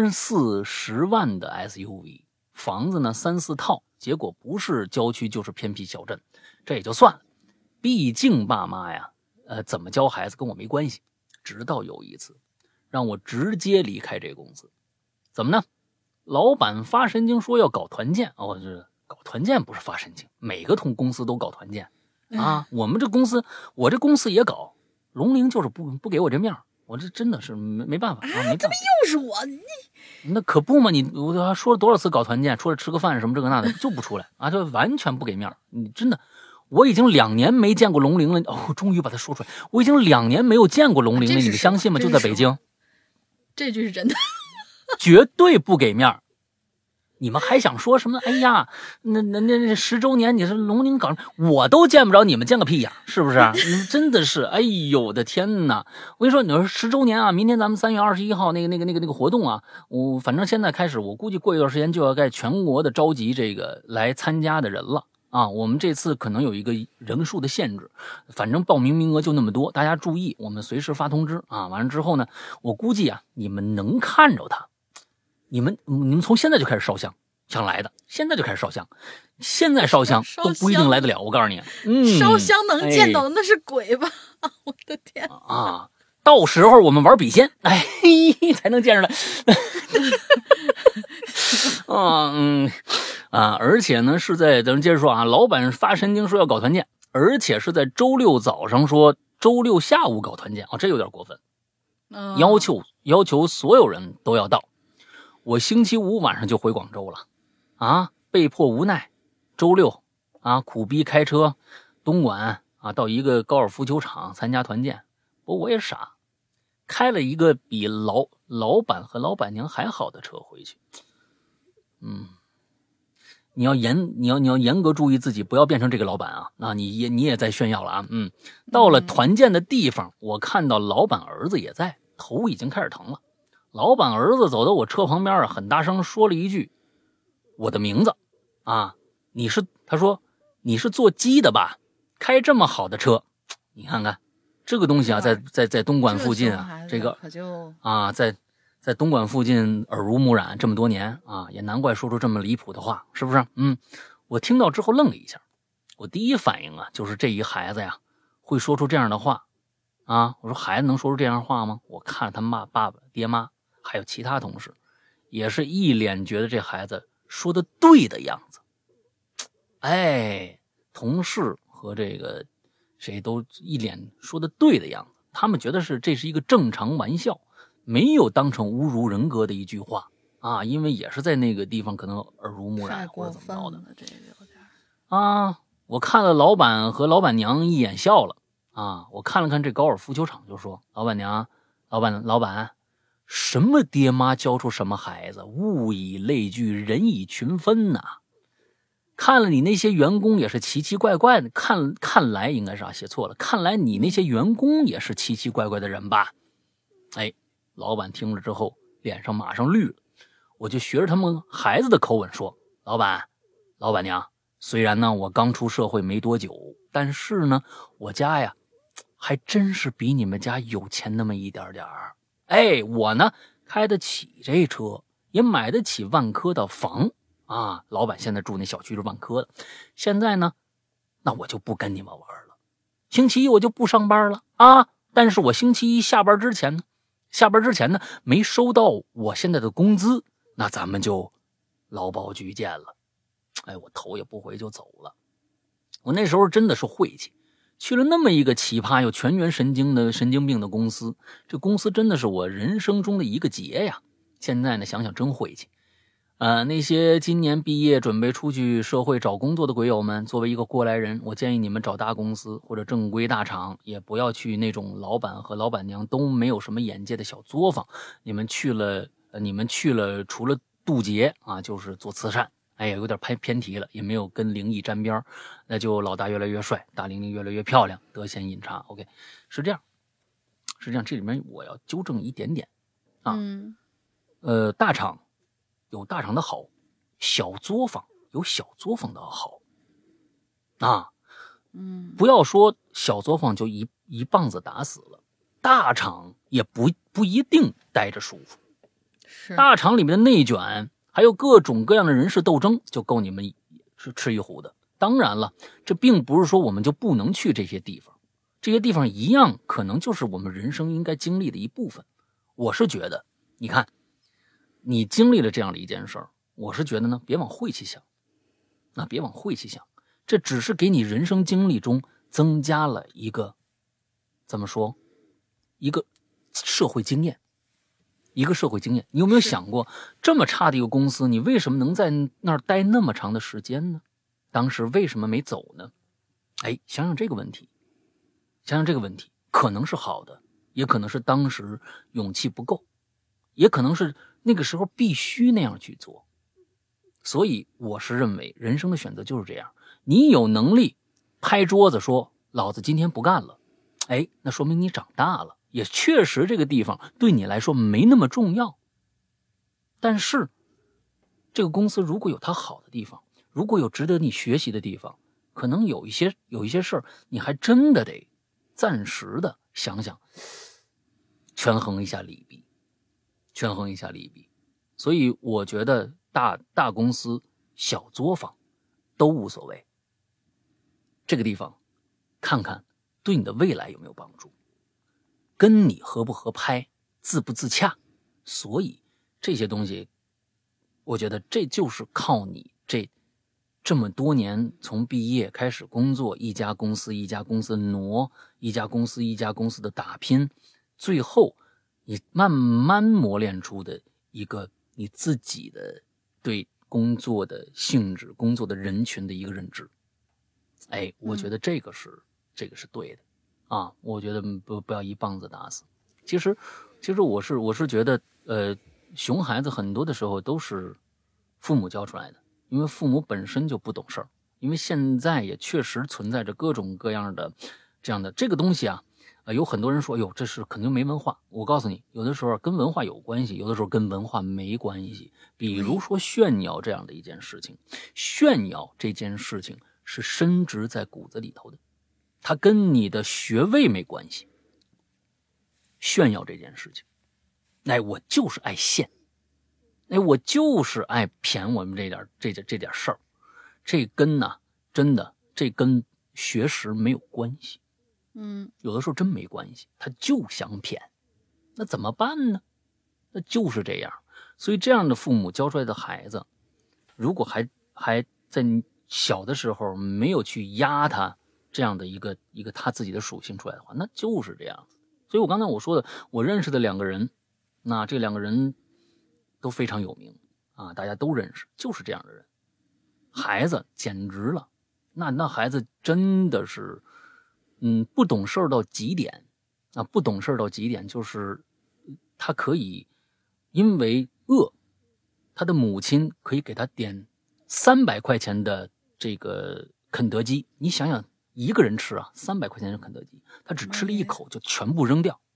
30-40万的 SUV， 房子呢3、4套，结果不是郊区就是偏僻小镇，这也就算了，毕竟爸妈呀，怎么教孩子跟我没关系。直到有一次，让我直接离开这个公司，怎么呢？老板发神经说要搞团建，这搞团建不是发神经，每个公司都搞团建啊。我这公司也搞，龙陵就是不给我这面。我这真的是没办法啊，没办法。 怎么又是我？ 那可不嘛，我说了多少次搞团建，出来吃个饭什么这个那的就不出来啊，就完全不给面。你真的，我已经2年没见过龙陵了。终于把它说出来，我已经2年没有见过龙陵了，你们相信吗？就在北京， 这句是真的，绝对不给面。你们还想说什么？哎呀，那10周年你是龙陵搞，我都见不着，你们见个屁呀，是不是？你们真的是，哎呦我的天哪！我跟你说，你说10周年啊，明天咱们3月21号那个活动啊，我反正现在开始，我估计过一段时间就要在全国的召集这个来参加的人了啊。我们这次可能有一个人数的限制，反正报名名额就那么多，大家注意，我们随时发通知啊。完了之后呢，我估计啊，你们能看着他。你们从现在就开始烧香，想来的现在就开始烧香，现在烧香都不一定来得了。我告诉你， 烧香能见到的那是鬼吧？我的天啊！到时候我们玩笔仙，才能见着他。而且呢是在咱们接着说啊，老板发神经说要搞团建，而且是在周六早上说周六下午搞团建这有点过分， 哦要求所有人都要到。我星期五晚上就回广州了，被迫无奈，周六苦逼开车东莞到一个高尔夫球场参加团建。不过我也傻，开了一个比老板和老板娘还好的车回去。你要严格注意自己，不要变成这个老板你也在炫耀了到了团建的地方，我看到老板儿子也在，头已经开始疼了。老板儿子走到我车旁边很大声说了一句我的名字他说你是做鸡的吧？开这么好的车，你看看这个东西在东莞附近这个可就在东莞附近耳濡目染这么多年也难怪说出这么离谱的话，是不是？我听到之后愣了一下，我第一反应就是这一孩子会说出这样的话我说孩子能说出这样的话吗？我看着他爸爸爹妈还有其他同事也是一脸觉得这孩子说的对的样子。同事和这个谁都一脸说的对的样子，他们觉得这是一个正常玩笑，没有当成侮辱人格的一句话因为也是在那个地方可能耳濡目染或者怎么着的。 这个有点我看了老板和老板娘一眼笑了我看了看这高尔夫球场就说老板什么爹妈教出什么孩子，物以类聚，人以群分看了你那些员工也是奇奇怪怪的，看来应该是写错了，看来你那些员工也是奇奇怪怪的人吧？老板听了之后脸上马上绿了，我就学着他们孩子的口吻说：老板娘，虽然呢我刚出社会没多久，但是呢我家还真是比你们家有钱那么一点点儿。我呢开得起这车，也买得起万科的房老板现在住那小区是万科的。现在呢，那我就不跟你们玩了，星期一我就不上班了但是我星期一下班之前呢没收到我现在的工资，那咱们就劳保局见了。我头也不回就走了。我那时候真的是晦气，去了那么一个奇葩又全员神经病的公司，这公司真的是我人生中的一个劫呀。现在呢想想真晦气。那些今年毕业准备出去社会找工作的鬼友们，作为一个过来人，我建议你们找大公司或者正规大厂，也不要去那种老板和老板娘都没有什么眼界的小作坊。你们去了除了渡劫就是做慈善。有点偏题了，也没有跟灵异沾边，那就老大越来越帅，大玲玲越来越漂亮，得闲饮茶。OK， 是这样，这里面我要纠正一点点大厂有大厂的好，小作坊有小作坊的好不要说小作坊就一棒子打死了，大厂也不一定待着舒服。大厂里面的内卷还有各种各样的人事斗争就够你们是吃一壶的。当然了，这并不是说我们就不能去这些地方，这些地方一样可能就是我们人生应该经历的一部分。我是觉得你看你经历了这样的一件事儿，我是觉得呢别往晦气想，这只是给你人生经历中增加了一个怎么说一个社会经验。你有没有想过，这么差的一个公司，你为什么能在那儿待那么长的时间呢？当时为什么没走呢？想想这个问题，可能是好的，也可能是当时勇气不够，也可能是那个时候必须那样去做。所以我是认为人生的选择就是这样，你有能力拍桌子说老子今天不干了，那说明你长大了，也确实这个地方对你来说没那么重要。但是这个公司如果有它好的地方，如果有值得你学习的地方，可能有一些事儿你还真的得暂时的想想，权衡一下利弊。所以我觉得大公司小作坊都无所谓，这个地方看看对你的未来有没有帮助，跟你合不合拍，自不自洽。所以这些东西我觉得这就是靠你这么多年从毕业开始工作，一家公司一家公司挪，一家公司一家公司的打拼，最后你慢慢磨练出的一个你自己的对工作的性质、工作的人群的一个认知。哎，我觉得这个是对的啊，我觉得不要一棒子打死。其实我是觉得熊孩子很多的时候都是父母教出来的，因为父母本身就不懂事儿。因为现在也确实存在着各种各样的这样的这个东西啊，有很多人说，哟，这是肯定没文化。我告诉你，有的时候跟文化有关系，有的时候跟文化没关系。比如说炫耀这样的一件事情，炫耀这件事情是深植在骨子里头的，它跟你的学位没关系。炫耀这件事情，哎，我就是爱现，哎，我就是爱谝我们这点事儿，这跟呢，真的，这跟学识没有关系。有的时候真没关系，他就想谝，那怎么办呢？那就是这样。所以这样的父母教出来的孩子，如果还在小的时候没有去压他这样的一个他自己的属性出来的话，那就是这样子。所以我刚才我说的，我认识的2个人，那这2个人都非常有名啊，大家都认识，就是这样的人。孩子简直了，那孩子真的是，不懂事到极点啊，不懂事到极点，就是他可以因为饿，他的母亲可以给他点300块钱的这个肯德基，你想想，一个人吃啊，300块钱的肯德基，他只吃了1口就全部扔掉。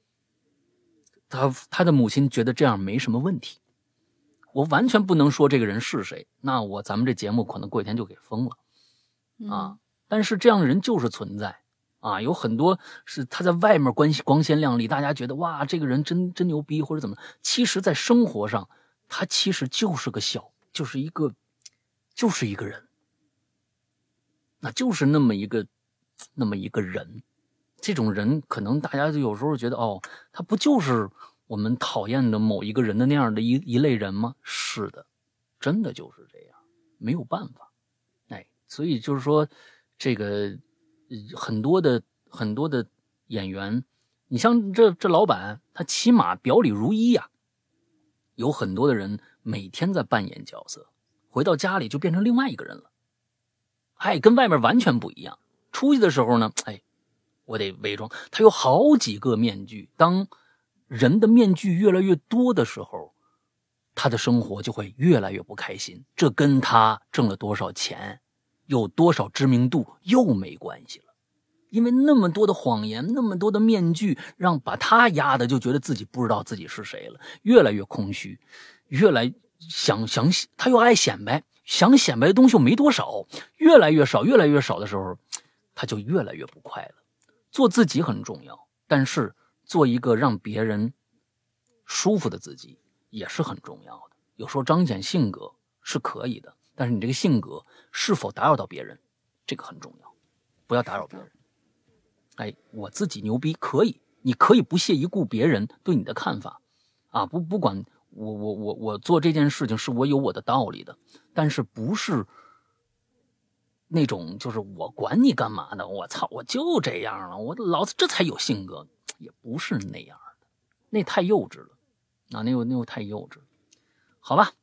他的母亲觉得这样没什么问题。我完全不能说这个人是谁，那咱们这节目可能过几天就给封了啊。但是这样的人就是存在啊，有很多是他在外面光鲜亮丽，大家觉得哇，这个人真牛逼或者怎么，其实在生活上他其实就是一个人，那就是那么一个人。这种人可能大家就有时候觉得，哦，他不就是我们讨厌的某一个人的那样的一类人吗？是的，真的就是这样，没有办法。哎，所以就是说，这个很多的演员，你像这老板，他起码表里如一呀。有很多的人每天在扮演角色，回到家里就变成另外一个人了，哎，跟外面完全不一样。出去的时候呢，哎，我得伪装。他有好几个面具，当人的面具越来越多的时候，他的生活就会越来越不开心。这跟他挣了多少钱，有多少知名度又没关系了。因为那么多的谎言，那么多的面具，把他压的就觉得自己不知道自己是谁了，越来越空虚，越来想他又爱显摆，想显摆的东西又没多少，越来越少的时候，他就越来越不快乐。做自己很重要，但是做一个让别人舒服的自己也是很重要的。有时候彰显性格是可以的，但是你这个性格是否打扰到别人，这个很重要，不要打扰别人。哎，我自己牛逼可以，你可以不屑一顾别人对你的看法啊，不管我做这件事情是我有我的道理的，但是不是那种就是我管你干嘛的，我操，我就这样了，我老子这才有性格，也不是那样的，那太幼稚了啊，那又太幼稚了，好吧。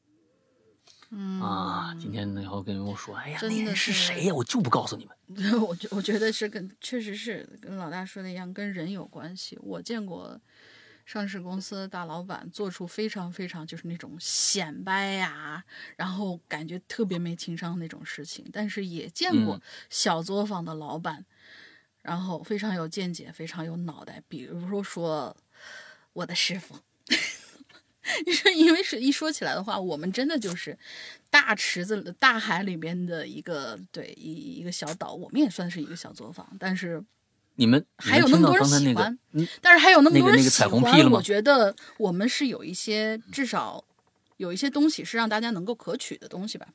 今天以后跟你们说，哎呀，那人是谁呀？我就不告诉你们。 我觉得是确实是跟老大说的一样，跟人有关系。我见过上市公司的大老板做出非常非常就是那种显摆呀，然后感觉特别没情商那种事情，但是也见过小作坊的老板，然后非常有见解，非常有脑袋。比如说我的师傅。因为是一说起来的话，我们真的就是大池子、大海里边的一个一个小岛，我们也算是一个小作坊，但是你们还有那么多人喜欢，但是还有那么多人喜欢，我觉得我们是有一些，至少有一些东西是让大家能够可取的东西吧，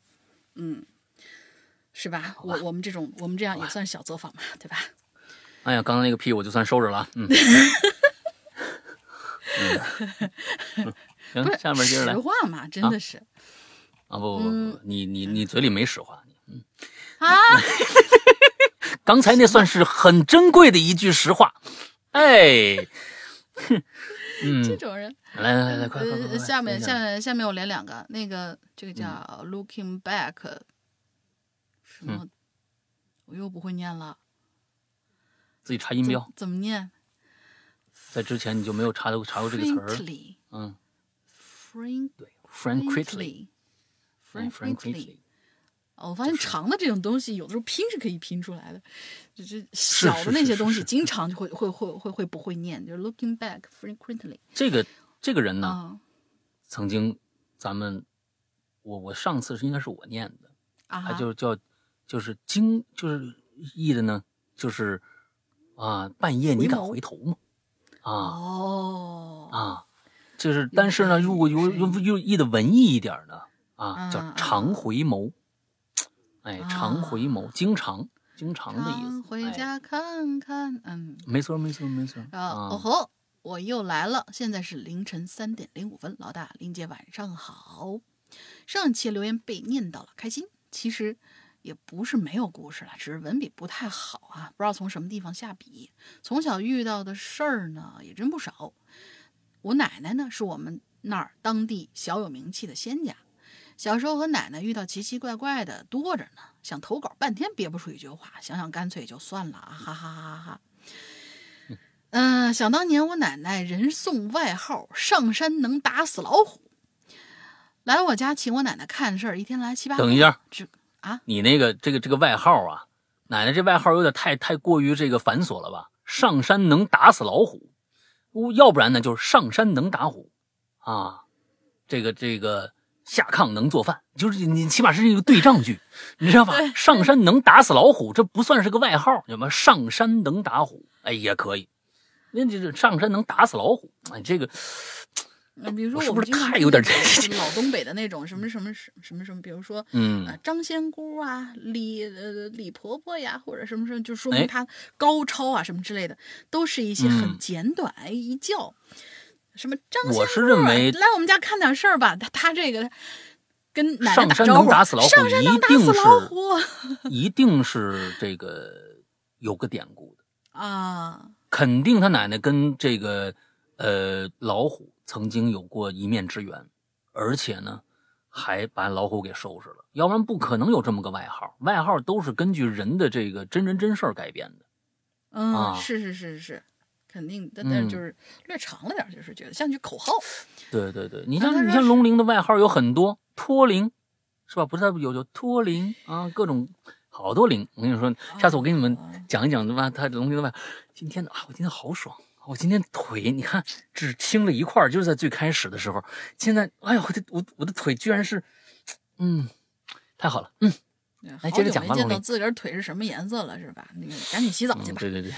是吧？我们这样也算小作坊嘛，对吧？ 哎呀，刚才那个屁我就算收着了，行，下面接着来。 实话嘛，真的是。 不，你嘴里没实话， 啊， 刚才那算是很珍贵的一句实话。哎， 这种人。 来，快！ 下面我连两个，这个叫 Looking Back，什么？我又不会念了， 自己查音标怎么念？ 在之前你就没有查过这个词儿。 Frankly。我发现长的这种东西，有的时候拼是可以拼出来的，就是小的那些东西，经常就会不会念，就是 looking back frequently。 这个人呢，曾经我上次应该是我念的，他就是译的呢，就是半夜你敢回头吗？就是但是呢，如果又译的文艺一点的叫常回眸。常回眸，经常的意思。 回家看看， 没错。 我又来了，现在是凌晨3点05分，老大林姐晚上好。上期留言被念到了，开心。其实也不是没有故事了，只是文笔不太好啊，不知道从什么地方下笔。从小遇到的事儿呢，也真不少。我奶奶呢，是我们那儿当地小有名气的仙家。小时候和奶奶遇到奇奇怪怪的多着呢，想投稿半天憋不出一句话，想想干脆就算了，哈哈哈哈。想当年我奶奶人送外号上山能打死老虎，来我家请我奶奶看事儿，一天来7-8个。 等一下你这个外号啊，奶奶这外号有点太过于这个繁琐了吧？上山能打死老虎，要不然呢就是上山能打虎这个下炕能做饭，就是你起码是一个对仗句，你知道吧？上山能打死老虎，这不算是个外号，什么上山能打虎，也可以。那这上山能打死老虎，这个， 比如说是不是太有点老东北的那种什么，比如说张仙姑啊，李婆婆呀，或者什么，就说明她高超啊什么之类的，都是一些很简短一叫。什么张仙姑， 我是认为来我们家看点事儿吧。他这个跟奶奶打招呼，上山能打死老虎，一定是这个有个典故的肯定他奶奶跟这个老虎曾经有过一面之缘，而且呢还把老虎给收拾了，要不然不可能有这么个外号。外号都是根据人的这个真人真事儿改编的。 是。肯定，但是就是略长了点，就是觉得像句口号。 对，你像龙鳞的外号有很多，托灵是吧？不是他有托灵各种好多灵。我跟你说，下次我给你们讲一讲吧，他龙鳞的外号。今天我今天好爽，我今天腿你看只轻了一块，就是在最开始的时候。现在我的腿居然是太好了。来接着讲吧。 没见到自个儿腿是什么颜色了是吧？那个赶紧洗澡去吧。 对。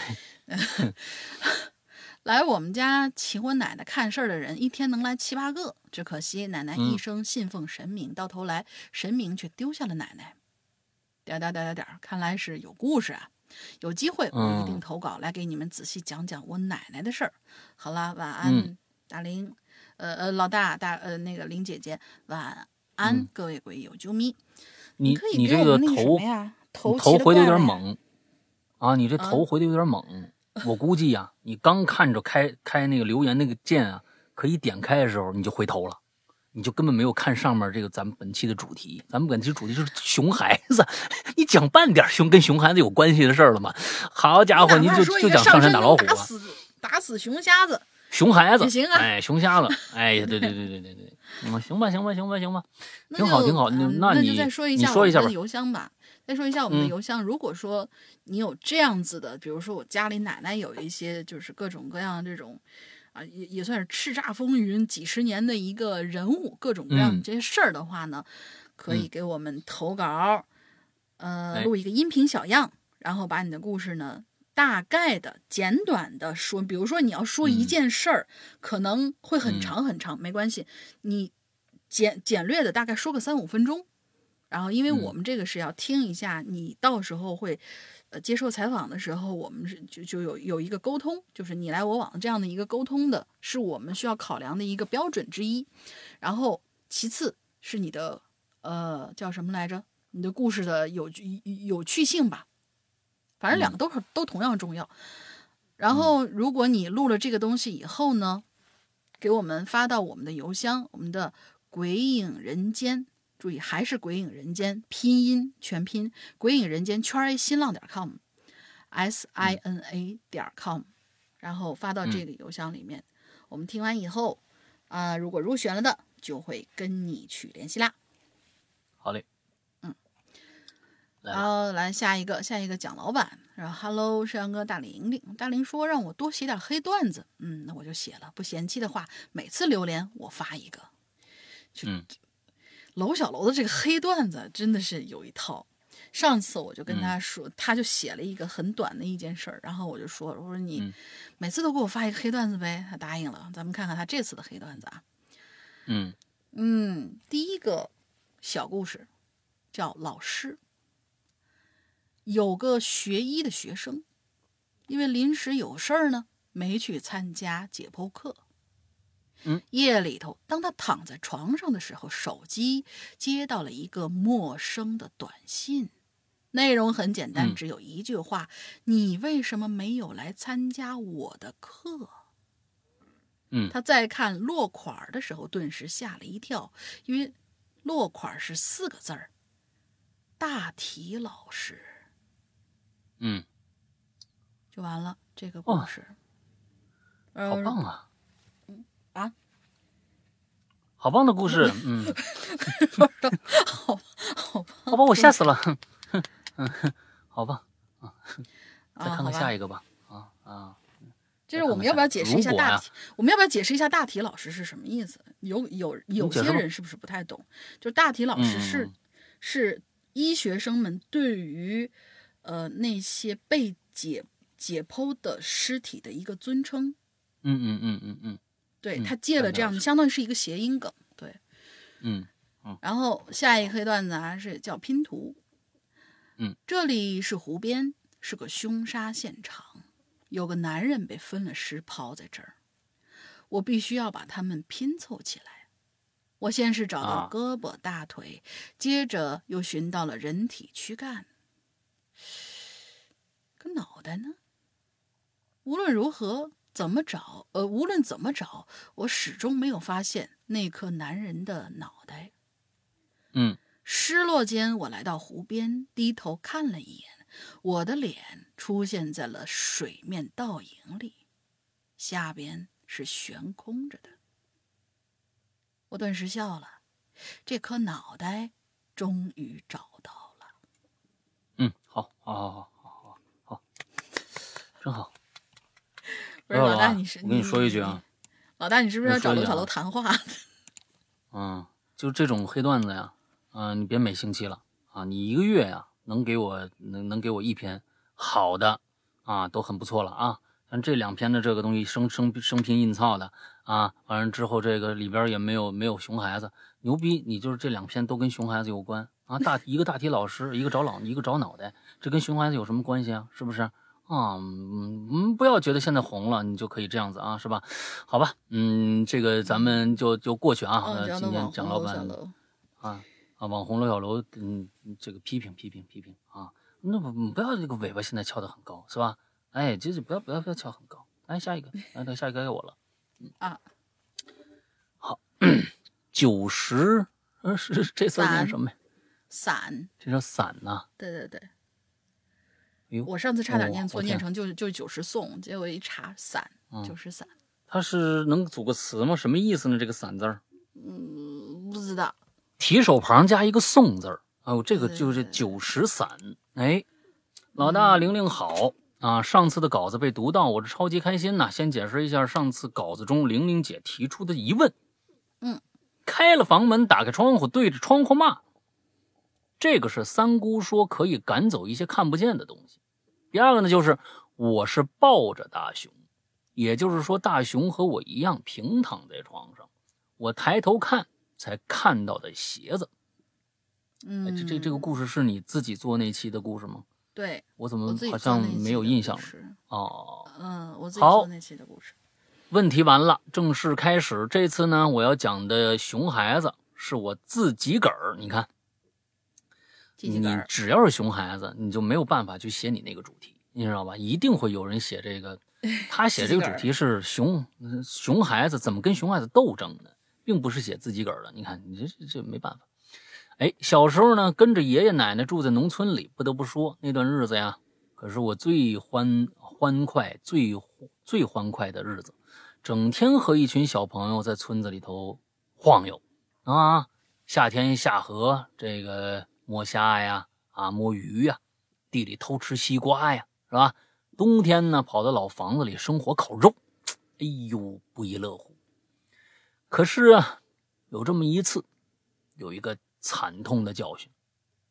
来我们家请我奶奶看事儿的人，一天能来7-8个。只可惜奶奶一生信奉神明，到头来神明却丢下了奶奶。看来是有故事啊！有机会我一定投稿来给你们仔细讲讲我奶奶的事儿。好了，晚安，大林，老大那个林姐姐，晚安，各位鬼友啾咪。 你这个头回的有点猛你这头回的有点猛。我估计你刚看着开那个留言那个键可以点开的时候，你就回头了，你就根本没有看上面这个咱们本期的主题。咱们本期主题就是熊孩子，你讲半点跟熊孩子有关系的事儿了吗？好家伙，你就讲上山打老虎了， 打死熊瞎子。 熊孩子行啊， 熊瞎子，对，行吧，挺好。那就再说一下我们的邮箱吧。再说一下我们的邮箱，如果说你有这样子的，比如说我家里奶奶有一些就是各种各样这种也算是叱咤风云几十年的一个人物，各种各样的这些事儿的话呢，可以给我们投稿，录一个音频小样，然后把你的故事呢大概的简短的说，比如说你要说一件事儿，可能会很长很长，没关系，你简略的大概说个3-5分钟。然后因为我们这个是要听一下，你到时候会接受采访的时候，我们是就有一个沟通，就是你来我往这样的一个沟通的，是我们需要考量的一个标准之一。然后其次是你的叫什么来着， 你的故事的有趣性吧。反正两个都同样重要。然后，如果你录了这个东西以后呢，给我们发到我们的邮箱，我们的鬼影人间，注意还是鬼影人间，拼音全拼，鬼影人间圈 A 新浪.com，SINA.com，然后发到这个邮箱里面。我们听完以后，如果入选了的，就会跟你去联系啦。 好嘞。 然后来下一个蒋老板，然后 Hello 山羊哥大玲说让我多写点黑段子，那我就写了，不嫌弃的话，每次留言我发一个。楼小楼的这个黑段子真的是有一套。上次我就跟他说，他就写了一个很短的一件事儿，然后我就说，我说你每次都给我发一个黑段子呗，他答应了。咱们看看他这次的黑段子啊。第一个小故事叫老师。有个学医的学生，因为临时有事儿呢，没去参加解剖课。夜里头，当他躺在床上的时候，手机接到了一个陌生的短信，内容很简单，只有一句话：你为什么没有来参加我的课？他再看落款的时候，顿时吓了一跳，因为落款是4个字儿：大体老师。就完了这个故事。 好棒啊！好棒的故事。好吧，我吓死了。好吧，再看看下一个吧。 就是我们要不要解释一下大体？我们要不要解释一下大体老师是什么意思？有些人是不是不太懂？就大体老师是医学生们对于那些被解剖的尸体的一个尊称。对，他借了这样的，相当于是一个谐音梗。对，然后下一个黑段子是叫拼图。这里是湖边，是个凶杀现场，有个男人被分了尸抛在这儿，我必须要把他们拼凑起来。我先是找到胳膊、大腿，接着又寻到了人体躯干。可脑袋呢？无论怎么找，我始终没有发现那颗男人的脑袋。失落间，我来到湖边，低头看了一眼，我的脸出现在了水面倒影里，下边是悬空着的。我顿时笑了，这颗脑袋终于找到了。 好，真好。 不是老大， 我跟你说一句啊， 老大，你是不是要找楼小楼谈话？ 就这种黑段子呀，你别每星期了啊，你1个月呀能给我1篇好的都很不错了啊。像这2篇的这个东西生拼硬凑的完了之后这个里边也没有熊孩子，牛逼！你就是这2篇都跟熊孩子有关啊，一个大体老师，一个找脑袋，这跟熊孩子有什么关系啊？是不是？不要觉得现在红了你就可以这样子是吧？好吧，这个咱们就过去啊。今天蒋老板网红楼小楼，这个批评啊，那不要这个尾巴现在翘得很高，是吧？哎，就是不要翘很高。来下一个，下一个该我了。好，90是这字念什么呀？ 伞， 这叫伞呐。 对。我上次差点念错，念成就90颂，结果一查伞就是伞。 它是能组个词吗？什么意思呢？这个伞字儿？ 不知道。 提手旁加一个宋字儿这个就是90伞。哎，老大玲玲好上次的稿子被读到，我是超级开心呐。先解释一下上次稿子中玲玲姐提出的疑问。开了房门，打开窗户，对着窗户骂。这个是三姑说可以赶走一些看不见的东西。第二个呢，就是我是抱着大熊，也就是说大熊和我一样平躺在床上，我抬头看才看到的鞋子。这个故事是你自己做那期的故事吗？ 对， 我怎么好像没有印象了？ 我自己做那期的故事。 问题完了，正式开始。这次呢，我要讲的熊孩子是我自己个儿。你看， 你记儿只要是熊孩子，你就没有办法去写你那个主题，你知道吧？一定会有人写这个，他写这个主题是熊孩子怎么跟熊孩子斗争的，并不是写自己个儿的。你看，你这没办法。哎，小时候呢，跟着爷爷奶奶住在农村里，不得不说那段日子呀，可是我最欢快、最欢快的日子。整天和一群小朋友在村子里头晃悠啊，夏天下河，这个摸虾呀，摸鱼呀，地里偷吃西瓜呀，是吧？冬天呢，跑到老房子里生火烤肉，哎呦，不亦乐乎。可是啊，有这么一次，有一个惨痛的教训。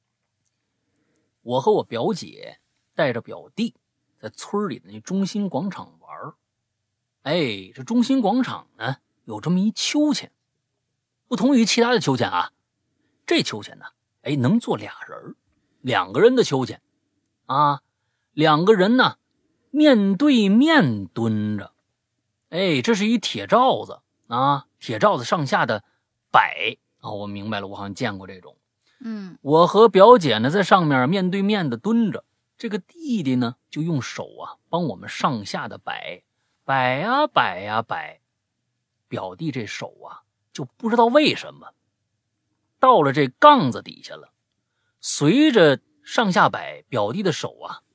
我和我表姐带着表弟在村里的那中心广场玩。哎，这中心广场呢，有这么一秋千，不同于其他的秋千啊，这秋千呢，哎，能坐俩人，2个人的秋千啊，2个人呢面对面蹲着。哎，这是一铁罩子啊，铁罩子上下的摆啊，我明白了，我好像见过这种。我和表姐呢在上面面对面的蹲着，这个弟弟呢就用手帮我们上下的摆呀摆呀摆，表弟这手就不知道为什么到了这杠子底下了，随着上下摆，表弟的手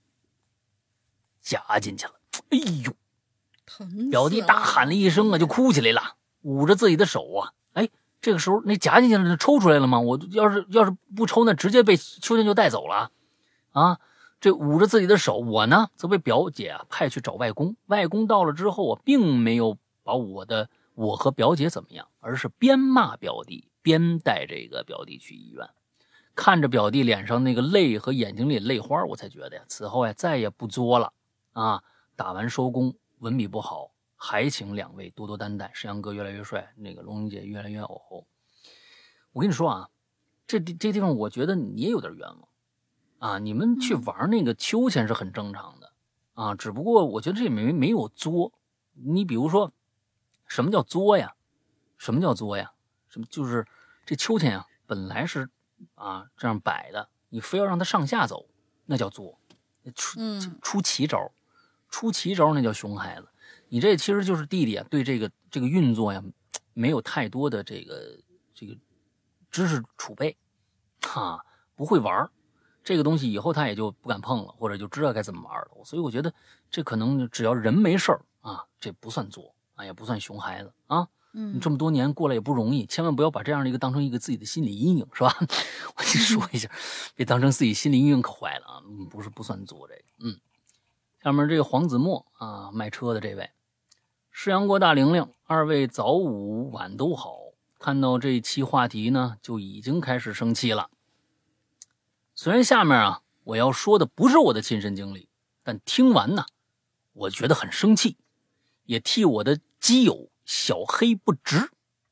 夹进去了。哎呦， 疼！ 表弟大喊了一声就哭起来了，捂着自己的手哎，这个时候那夹进去了，抽出来了吗？我要是不抽，那直接被秋千就带走了啊！这捂着自己的手，我呢则被表姐派去找外公。外公到了之后并没有把我和表姐怎么样，而是边骂表弟边带这个表弟去医院。看着表弟脸上那个泪和眼睛里泪花，我才觉得此后再也不作了啊！打完收工，文笔不好，还请2位多多担待。石阳哥越来越帅，那个龙姐越来越偶后。我跟你说这地方我觉得你也有点冤枉你们去玩那个秋千是很正常的只不过我觉得这里面没有作。你比如说，什么叫作呀？什么叫作呀？什么就是这秋千本来是这样摆的，你非要让它上下走，那叫作。出奇招，那叫熊孩子。你这其实就是弟弟对这个运作没有太多的这个知识储备不会玩这个东西，以后他也就不敢碰了，或者就知道该怎么玩了。所以我觉得这可能只要人没事这不算作也不算熊孩子你这么多年过来也不容易，千万不要把这样的一个当成一个自己的心理阴影，是吧？我先说一下，别当成自己心理阴影可坏了不算作这个。下面这个黄子墨卖车的这位，世阳国大玲玲，2位早午晚都好。看到这期话题呢，就已经开始生气了。虽然下面我要说的不是我的亲身经历，但听完呢，我觉得很生气，也替我的基友小黑不值。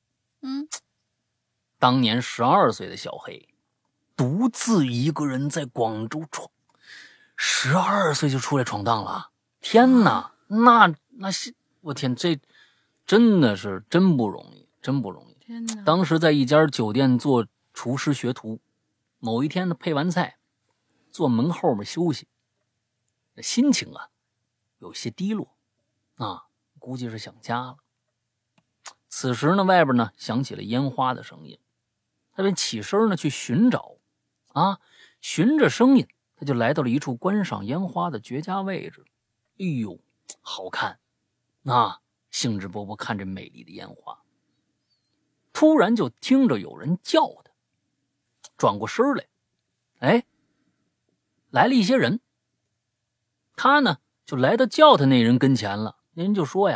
当年12岁的小黑，独自一个人在广州12岁就出来闯荡了。天哪，那是我天，这真的是真不容易，真不容易。 天哪！ 当时在一家酒店做厨师学徒，某一天呢，配完菜，坐门后面休息，心情有些低落估计是想家了。此时呢，外边呢响起了烟花的声音，他便起身呢去寻找循着声音，他就来到了一处观赏烟花的绝佳位置。哎呦，好看兴致勃勃看着美丽的烟花。突然就听着有人叫他，转过身来，来了一些人。他呢就来到叫他那人跟前了，那人就说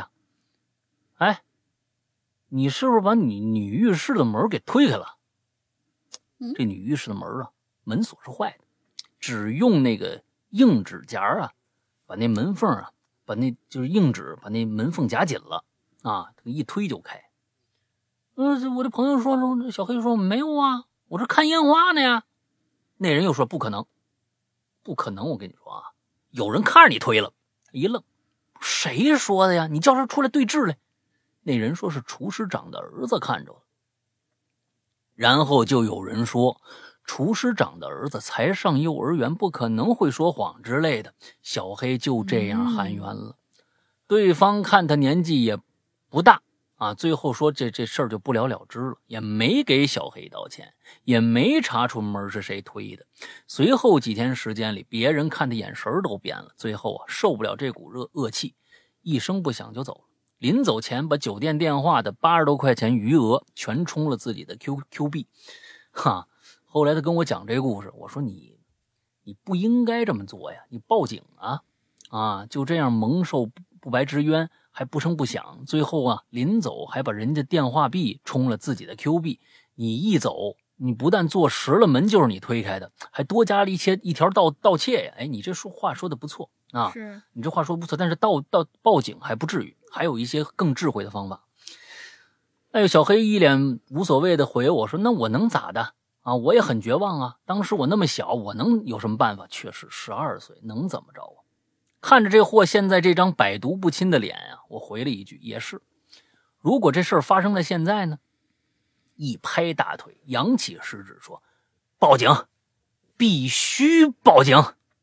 你是不是把你女浴室的门给推开了？这女浴室的门门锁是坏的，只用那个硬指甲把那门缝把那就是硬纸把那门缝夹紧了一推就开。我的朋友说，小黑说没有我这看烟花呢呀。那人又说不可能，不可能，我跟你说有人看着你推了。一愣，谁说的呀？你叫他出来对质来。那人说是厨师长的儿子看着了。然后就有人说， 厨师长的儿子才上幼儿园，不可能会说谎之类的。小黑就这样含冤了。对方看他年纪也不大啊，最后说这事儿就不了了之了，也没给小黑道歉，也没查出门是谁推的。随后几天时间里，别人看他眼神都变了，最后啊受不了这股恶气，一声不响就走了。临走前把酒店电话的80多块钱余额全充了自己的 QQ 币。哈，后来他跟我讲这故事，我说你不应该这么做呀，你报警啊，就这样蒙受不白之冤，还不声不响，最后啊临走还把人家电话币充了自己的 Q 币。你一走，你不但坐实了门就是你推开的，还多加了一条盗窃呀。哎，你这话说的不错啊， 是你这话说不错，但是报警还不至于，还有一些更智慧的方法。哎呦，小黑一脸无所谓的回我说：“那我能咋的啊？我也很绝望啊！当时我那么小，我能有什么办法？确实12岁，能怎么着啊？”看着这货现在这张百毒不侵的脸啊，我回了一句：“也是。”如果这事儿发生在现在呢？一拍大腿，扬起食指说：“报警，必须报警！”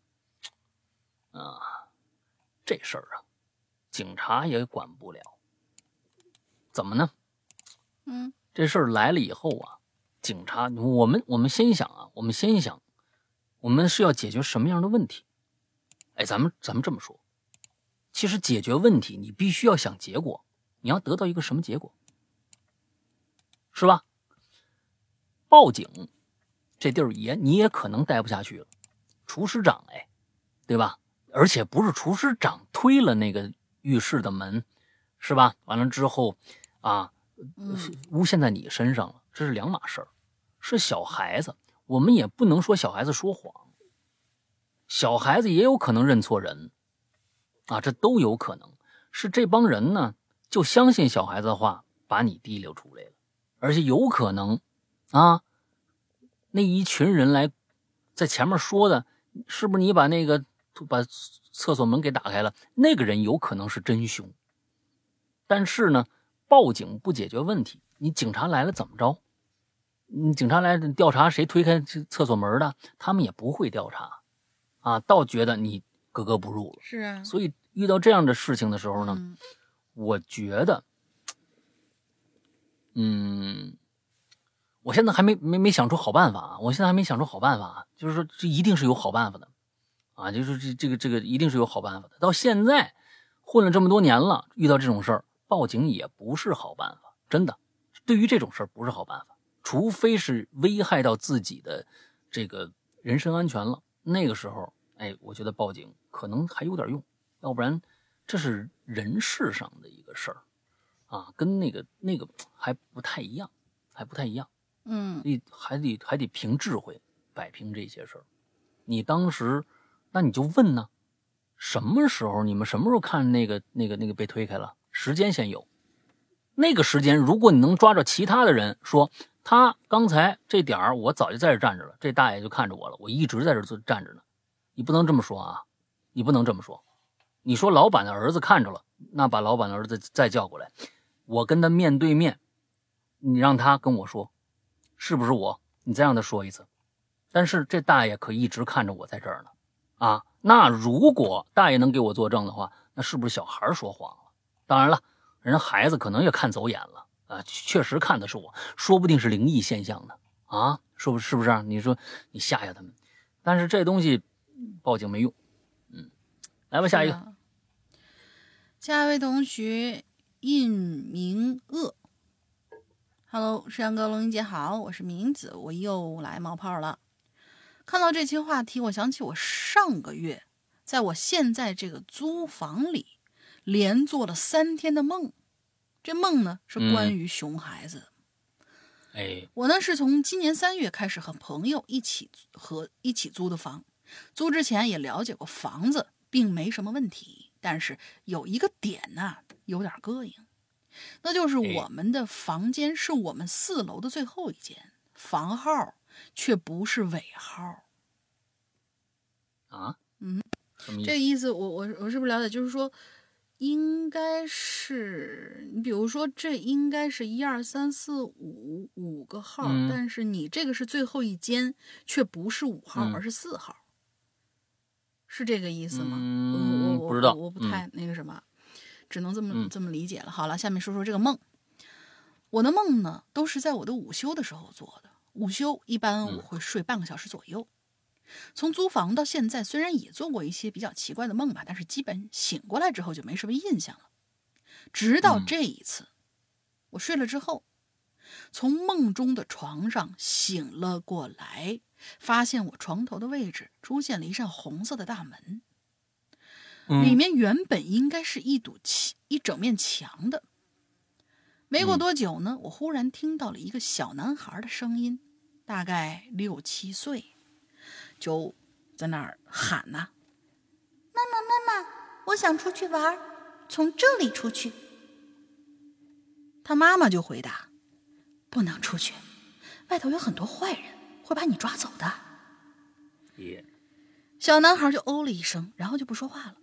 啊，这事儿啊，警察也管不了。怎么呢？这事儿来了以后啊，警察，我们先想，我们是要解决什么样的问题？哎，咱们这么说，其实解决问题，你必须要想结果，你要得到一个什么结果，是吧？报警，这地儿你也可能待不下去了。厨师长，哎，对吧？而且不是厨师长推了那个浴室的门，是吧？完了之后啊。诬陷在你身上了，这是两码事儿。是小孩子，我们也不能说小孩子说谎，小孩子也有可能认错人啊，这都有可能。是这帮人呢，就相信小孩子的话，把你提溜出来了，而且有可能啊，那一群人来在前面说的，是不是你把厕所门给打开了？那个人有可能是真凶，但是呢。报警不解决问题，你警察来了怎么着？你警察来调查谁推开厕所门的，他们也不会调查啊，倒觉得你格格不入了。 是啊， 所以遇到这样的事情的时候呢，我觉得，我现在还没想出好办法啊，就是说这一定是有好办法的啊，就是这个一定是有好办法的。到现在混了这么多年了，遇到这种事儿。报警也不是好办法，真的，对于这种事儿不是好办法，除非是危害到自己的这个人身安全了，那个时候，哎，我觉得报警可能还有点用，要不然这是人事上的一个事儿啊，跟那个还不太一样，还得凭智慧摆平这些事儿。你当时，那你就问呢，你们什么时候看那个被推开了？时间先有，那个时间，如果你能抓着其他的人说，他刚才这点儿我早就在这站着了，这大爷就看着我了，我一直在这站着呢。你不能这么说啊，你不能这么说。你说老板的儿子看着了，那把老板的儿子再叫过来，我跟他面对面，你让他跟我说，是不是我？你再让他说一次。但是这大爷可一直看着我在这儿呢，啊，那如果大爷能给我作证的话，那是不是小孩说谎了？当然了，人孩子可能也看走眼了啊，确实看的是我，说不定是灵异现象呢啊，是不是啊？你说你吓吓他们，但是这东西报警没用。来吧，下一个。 下一位同学印明鄂 ，Hello， 山阳哥龙英姐好，我是明子，我又来冒泡了。看到这期话题，我想起我上个月在我现在这个租房里。连做了3天的梦，这梦呢是关于熊孩子。我呢是从今年3月开始和朋友一起租的房，租之前也了解过房子并没什么问题，但是有一个点呢有点膈应，那就是我们的房间是我们4楼的最后一间，房号却不是尾号。 啊？ 这个意思我是不是了解？就是说。 应该是，你比如说这应该是1、2、3、4、5个号，但是你这个是最后一间，却不是5号，而是4号，是这个意思吗？我不知道， 我不太那个什么，只能这么理解了。好了，下面说说这个梦。我的梦呢，都是在我的午休的时候做的。午休一般我会睡半个小时左右。从租房到现在，虽然也做过一些比较奇怪的梦吧，但是基本醒过来之后就没什么印象了。直到这一次，我睡了之后，从梦中的床上醒了过来，发现我床头的位置出现了一扇红色的大门，里面原本应该是一整面墙的。没过多久呢，我忽然听到了一个小男孩的声音，大概6、7岁。就在那儿喊呐， 妈妈妈妈，我想出去玩，从这里出去。 他妈妈就回答，不能出去，外头有很多坏人，会把你抓走的。小男孩就哦了一声，然后就不说话了。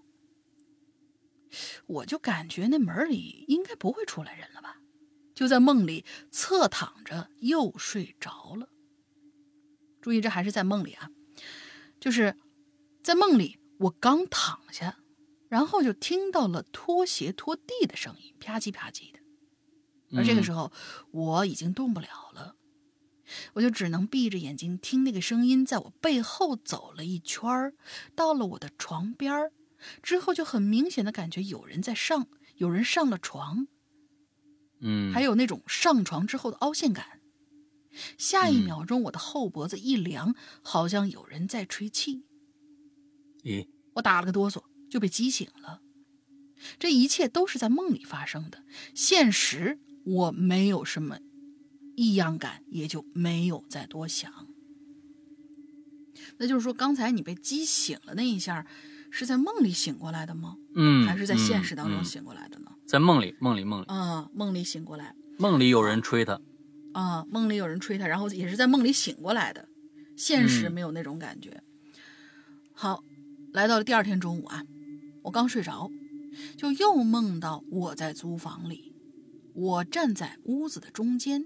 我就感觉那门里应该不会出来人了吧，就在梦里侧躺着又睡着了。注意，这还是在梦里啊，就是在梦里，我刚躺下，然后就听到了拖鞋拖地的声音，啪叽啪叽的。而这个时候，我已经动不了了，我就只能闭着眼睛听那个声音在我背后走了一圈，到了我的床边之后，就很明显的感觉有人上了床，还有那种上床之后的凹陷感。下一秒钟，我的后脖子一凉，好像有人在吹气。我打了个哆嗦，就被激醒了。这一切都是在梦里发生的，现实我没有什么异样感，也就没有再多想。那就是说，刚才你被激醒了那一下，是在梦里醒过来的吗？还是在现实当中醒过来的呢？ 在梦里梦里醒过来， 梦里有人吹他。 梦里有人吹他，然后也是在梦里醒过来的，现实没有那种感觉。好，来到了第二天中午啊，我刚睡着，就又梦到我在租房里，我站在屋子的中间，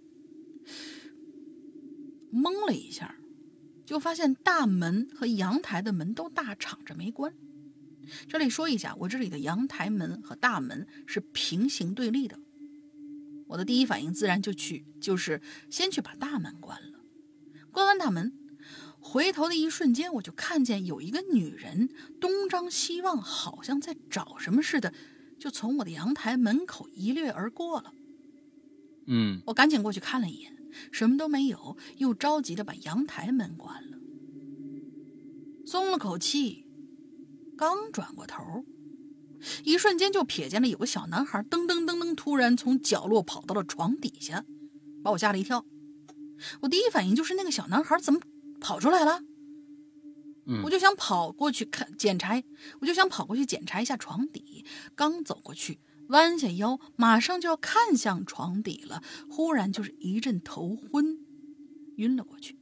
懵了一下，就发现大门和阳台的门都大敞着没关。这里说一下，我这里的阳台门和大门是平行对立的。我的第一反应自然就是先去把大门关了。关完大门，回头的一瞬间，我就看见有一个女人东张西望，好像在找什么似的，就从我的阳台门口一掠而过了。我赶紧过去看了一眼，什么都没有，又着急的把阳台门关了，松了口气。刚转过头，一瞬间就瞥见了有个小男孩噔噔噔噔突然从角落跑到了床底下，把我吓了一跳。我第一反应就是那个小男孩怎么跑出来了？我就想跑过去检查一下床底。刚走过去，弯下腰，马上就要看向床底了，忽然就是一阵头昏，晕了过去。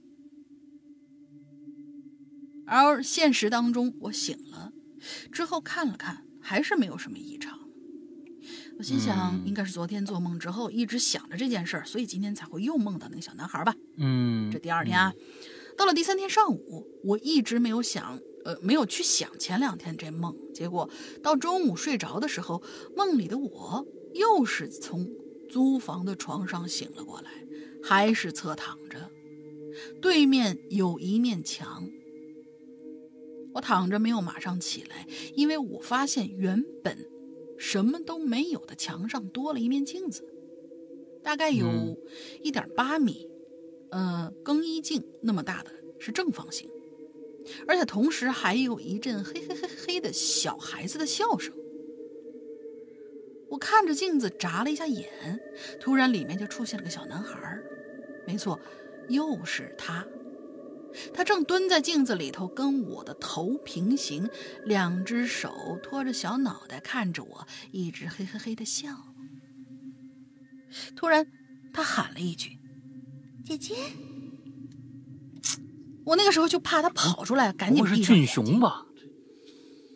而现实当中，我醒了之后看了看，还是没有什么异常。我心想，应该是昨天做梦之后一直想着这件事儿，所以今天才会又梦到那个小男孩吧。这第二天啊，到了第三天上午，我一直没有去想前2天这梦。结果到中午睡着的时候，梦里的我又是从租房的床上醒了过来，还是侧躺着，对面有一面墙。我躺着没有马上起来，因为我发现原本什么都没有的墙上多了一面镜子，大概有1.8米，更衣镜那么大的，是正方形，而且同时还有一阵嘿嘿嘿嘿的小孩子的笑声。我看着镜子眨了一下眼，突然里面就出现了个小男孩，没错，又是他。他正蹲在镜子里头，跟我的头平行，2只手托着小脑袋看着我，一直嘿嘿嘿的笑。突然他喊了一句：姐姐。我那个时候就怕他跑出来，赶紧闭上眼睛。 不是俊雄吧？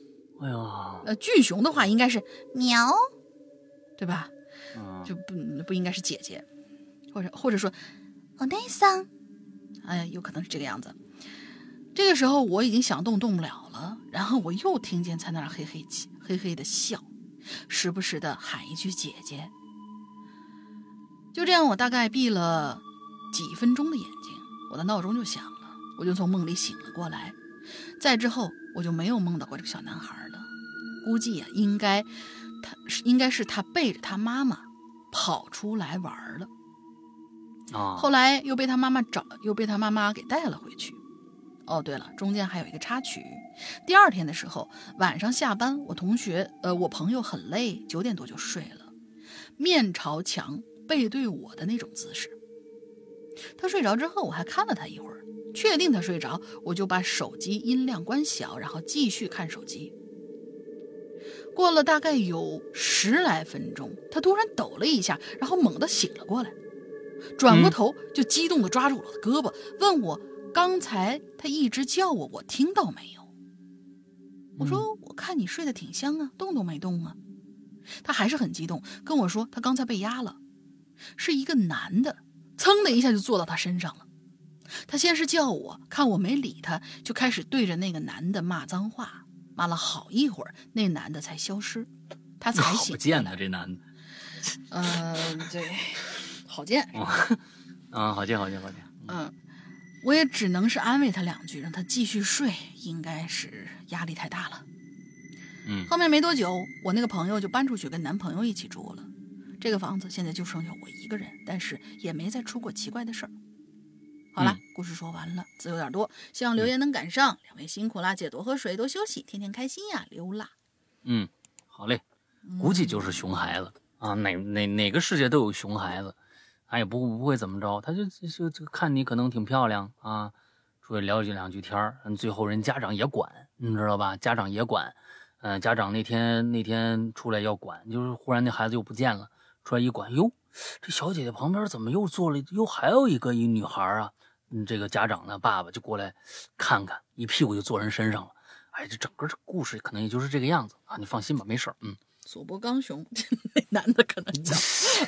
哎呀， 巨熊的话应该是喵， 对吧？就不应该是姐姐，或者说お姉さん。 哎，有可能是这个样子。这个时候我已经想动不了了，然后我又听见在那儿嘿嘿的笑，时不时的喊一句姐姐。就这样，我大概闭了几分钟的眼睛，我的闹钟就响了，我就从梦里醒了过来。再之后我就没有梦到过这个小男孩了，估计啊，应该是他背着他妈妈跑出来玩了。后来又被他妈妈给带了回去。哦，对了，中间还有一个插曲。第二天的时候，晚上下班，我朋友很累，9点多就睡了，面朝墙，背对我的那种姿势。他睡着之后，我还看了他一会儿，确定他睡着，我就把手机音量关小，然后继续看手机。过了大概有10来分钟，他突然抖了一下，然后猛地醒了过来，转过头就激动地抓住我的胳膊，问我刚才他一直叫我听到没有？我说我看你睡得挺香啊，动都没动啊。他还是很激动，跟我说他刚才被压了，是一个男的，噌的一下就坐到他身上了。他先是叫我，看我没理他，就开始对着那个男的骂脏话，骂了好一会儿，那男的才消失，他才醒。 好贱啊，这男的。 对，好贱。 好贱。 我也只能是安慰他2句，让他继续睡，应该是压力太大了。后面没多久，我那个朋友就搬出去跟男朋友一起住了。这个房子现在就剩下我一个人，但是也没再出过奇怪的事儿。好了，故事说完了，字有点多，希望留言能赶上。2位辛苦啦，姐多喝水，多休息，天天开心呀，刘辣。 好嘞，估计就是熊孩子啊，哪个世界都有熊孩子。他也不会怎么着，他就看你可能挺漂亮啊，出去聊2句天儿，最后人家长也管，你知道吧？家长也管，家长那天出来要管，就是忽然那孩子又不见了，出来一管，哟，这小姐姐旁边怎么又还有一女孩啊？这个家长呢，爸爸就过来看看，一屁股就坐人身上了。哎，这整个这故事可能也就是这个样子啊，你放心吧，没事儿。 索博刚雄，那男的可能叫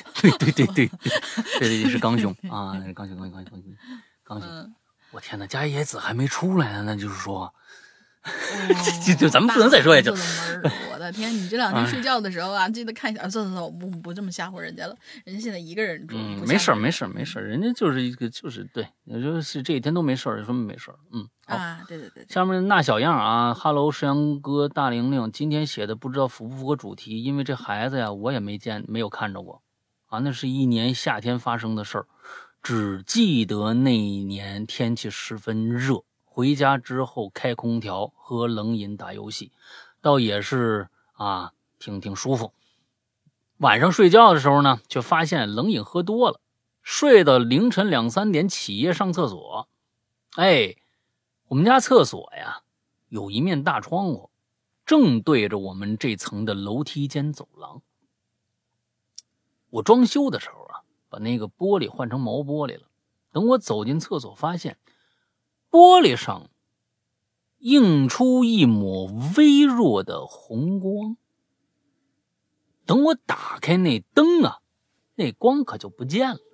对，是刚雄啊，那是刚雄。我天哪，加野子还没出来呢，那就是说，就咱们不能再说下去了。 我的天，你这2天睡觉的时候啊，记得看一下。算，我不这么吓唬人家了，人家现在一个人住。 没事，人家就是对，也就是这一天都没事，有什么没事。 对。 下面那小样啊 ，Hello 石阳哥大玲玲，今天写的不知道符不符合主题，因为这孩子呀，我也没有看着过啊，那是一年夏天发生的事儿，只记得那一年天气十分热，回家之后开空调，喝冷饮，打游戏，倒也是啊，挺舒服。晚上睡觉的时候呢，却发现冷饮喝多了，睡到凌晨2、3点起夜上厕所。我们家厕所呀有一面大窗户，正对着我们这层的楼梯间走廊。我装修的时候啊，把那个玻璃换成毛玻璃了。等我走进厕所，发现玻璃上映出一抹微弱的红光。等我打开那灯啊，那光可就不见了。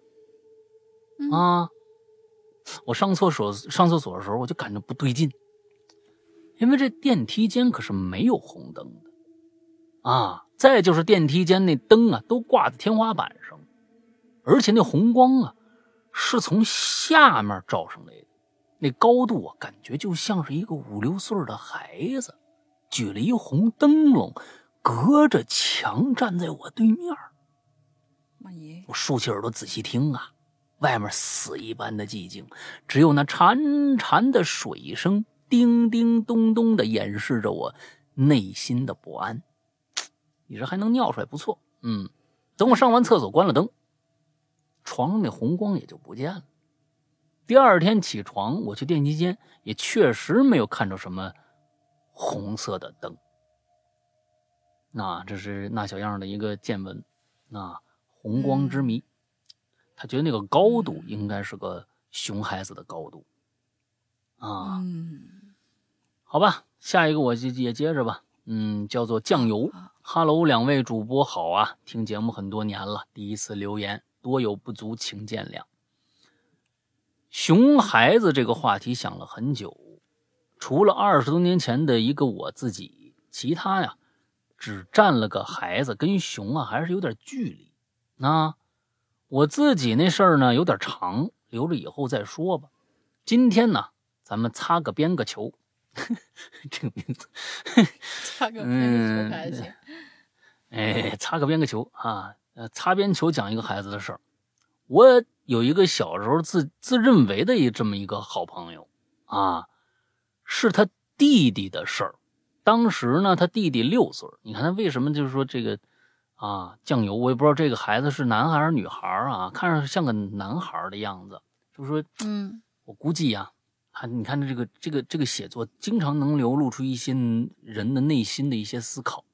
我上厕所的时候，我就感觉不对劲，因为这电梯间可是没有红灯的啊。再就是电梯间那灯啊，都挂在天花板上，而且那红光啊，是从下面照上来的，那高度啊，感觉就像是一个5、6岁的孩子举了一红灯笼，隔着墙站在我对面。我竖起耳朵仔细听啊，外面死一般的寂静，只有那潺潺的水声叮叮咚咚的掩饰着我内心的不安。你这还能尿出来，不错。等我上完厕所关了灯，床上那红光也就不见了。第二天起床，我去电梯间，也确实没有看着什么红色的灯。那这是那小样的一个见闻，红光之谜。他觉得那个高度应该是个熊孩子的高度啊。好吧，下一个我也接着吧。 叫做酱油。哈喽，两位主播好啊，听节目很多年了，第一次留言，多有不足，请见谅。熊孩子这个话题想了很久，除了20多年前的一个我自己，其他呀只占了个孩子，跟熊啊还是有点距离。我自己那事儿呢有点长，留着以后再说吧。今天呢，咱们擦个边个球，这个名字， 擦个边个球还行。 擦个边个球啊，擦边球讲一个孩子的事儿。我有一个小时候自认为的这么一个好朋友啊，是他弟弟的事儿。当时呢，他弟弟6岁。你看他为什么就是说这个酱油，我也不知道这个孩子是男孩还是女孩啊，看上去像个男孩的样子。就是说，我估计啊，你看这个写作经常能流露出一些人的内心的一些思考。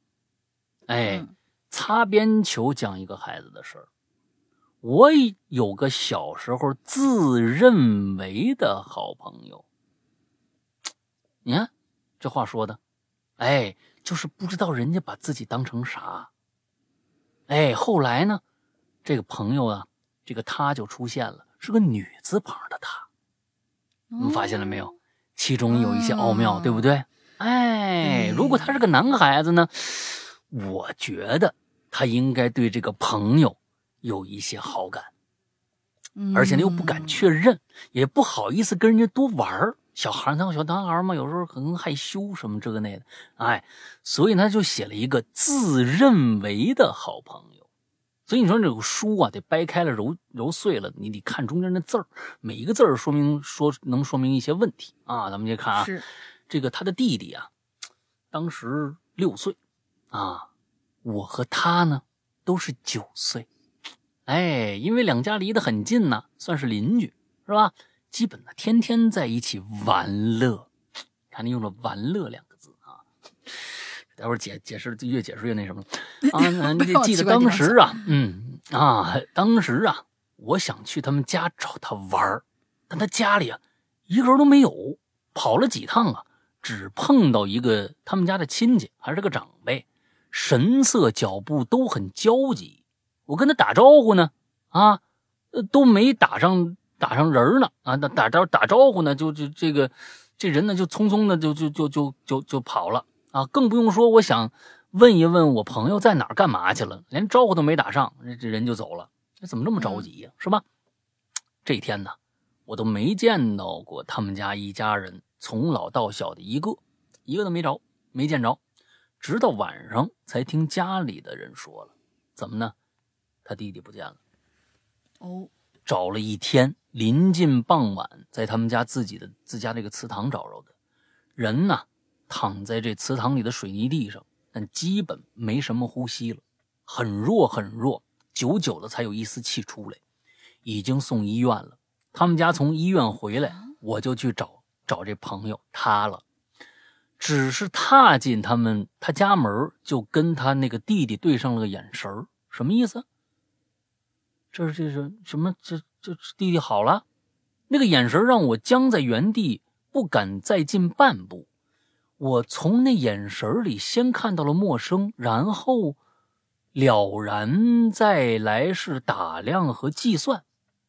擦边球讲一个孩子的事儿。我有个小时候自认为的好朋友，你看这话说的，就是不知道人家把自己当成啥。后来呢，这个朋友啊，这个他就出现了，是个女字旁的他。你们发现了没有？其中有一些奥妙，对不对？如果他是个男孩子呢，我觉得他应该对这个朋友有一些好感，而且呢又不敢确认，也不好意思跟人家多玩。小男孩嘛，有时候可能害羞什么这个那的，所以他就写了一个自认为的好朋友。所以你说这个书啊，得掰开了揉碎了，你得看中间的字儿，每一个字儿能说明一些问题啊。咱们先看啊，这个他的弟弟啊，当时6岁啊，我和他呢都是9岁。因为两家离得很近呢，算是邻居，是吧？基本呢天天在一起玩乐。看你用了玩乐2个字啊，待会儿解释越解释越那什么啊。你得记得当时当时我想去他们家找他玩，但他家里一个人都没有，跑了几趟只碰到一个他们家的亲戚，还是个长辈，神色脚步都很焦急。我跟他打招呼呢，都没打上人呢，打招呼呢，这人呢就匆匆的就跑了更不用说我想问一问我朋友在哪儿干嘛去了，连招呼都没打上，这人就走了，这怎么这么着急呀，是吧？这一天呢，我都没见到过他们家一家人，从老到小的一个都没见着，直到晚上才听家里的人说了，怎么呢？他弟弟不见了。找了一天，临近傍晚，在他们家自家这个祠堂找着的。人呢，躺在这祠堂里的水泥地上，但基本没什么呼吸了，很弱很弱，久久的才有一丝气出来，已经送医院了。他们家从医院回来，我就去找这朋友他了。只是踏进他家门，就跟他那个弟弟对上了个眼神，什么意思？这是什么？这弟弟好了？那个眼神让我僵在原地，不敢再进半步。我从那眼神里先看到了陌生，然后了然，再来是打量和计算。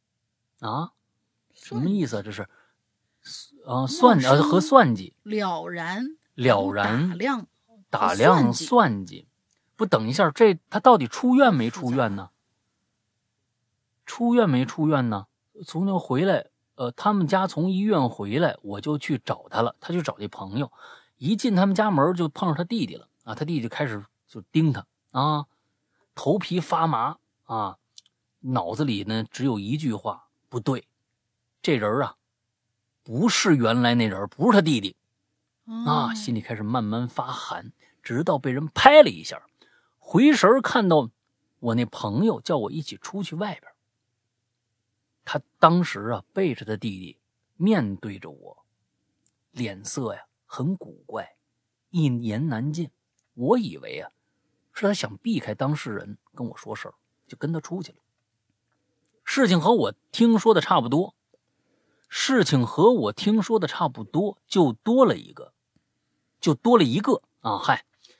什么意思啊？这是和算计。 了然打量算计。不，等一下，他到底出院没出院呢？出院没出院呢？从那回来，他们家从医院回来，我就去找他了。他去找这朋友，一进他们家门就碰上他弟弟了他弟弟开始就盯他头皮发麻脑子里呢只有一句话：不对，这人不是原来那人，不是他弟弟心里开始慢慢发寒，直到被人拍了一下，回神看到我那朋友叫我一起出去外边。他当时背着他弟弟面对着我，脸色很古怪，一言难尽。我以为是他想避开当事人跟我说事儿，就跟他出去了。事情和我听说的差不多，就多了一个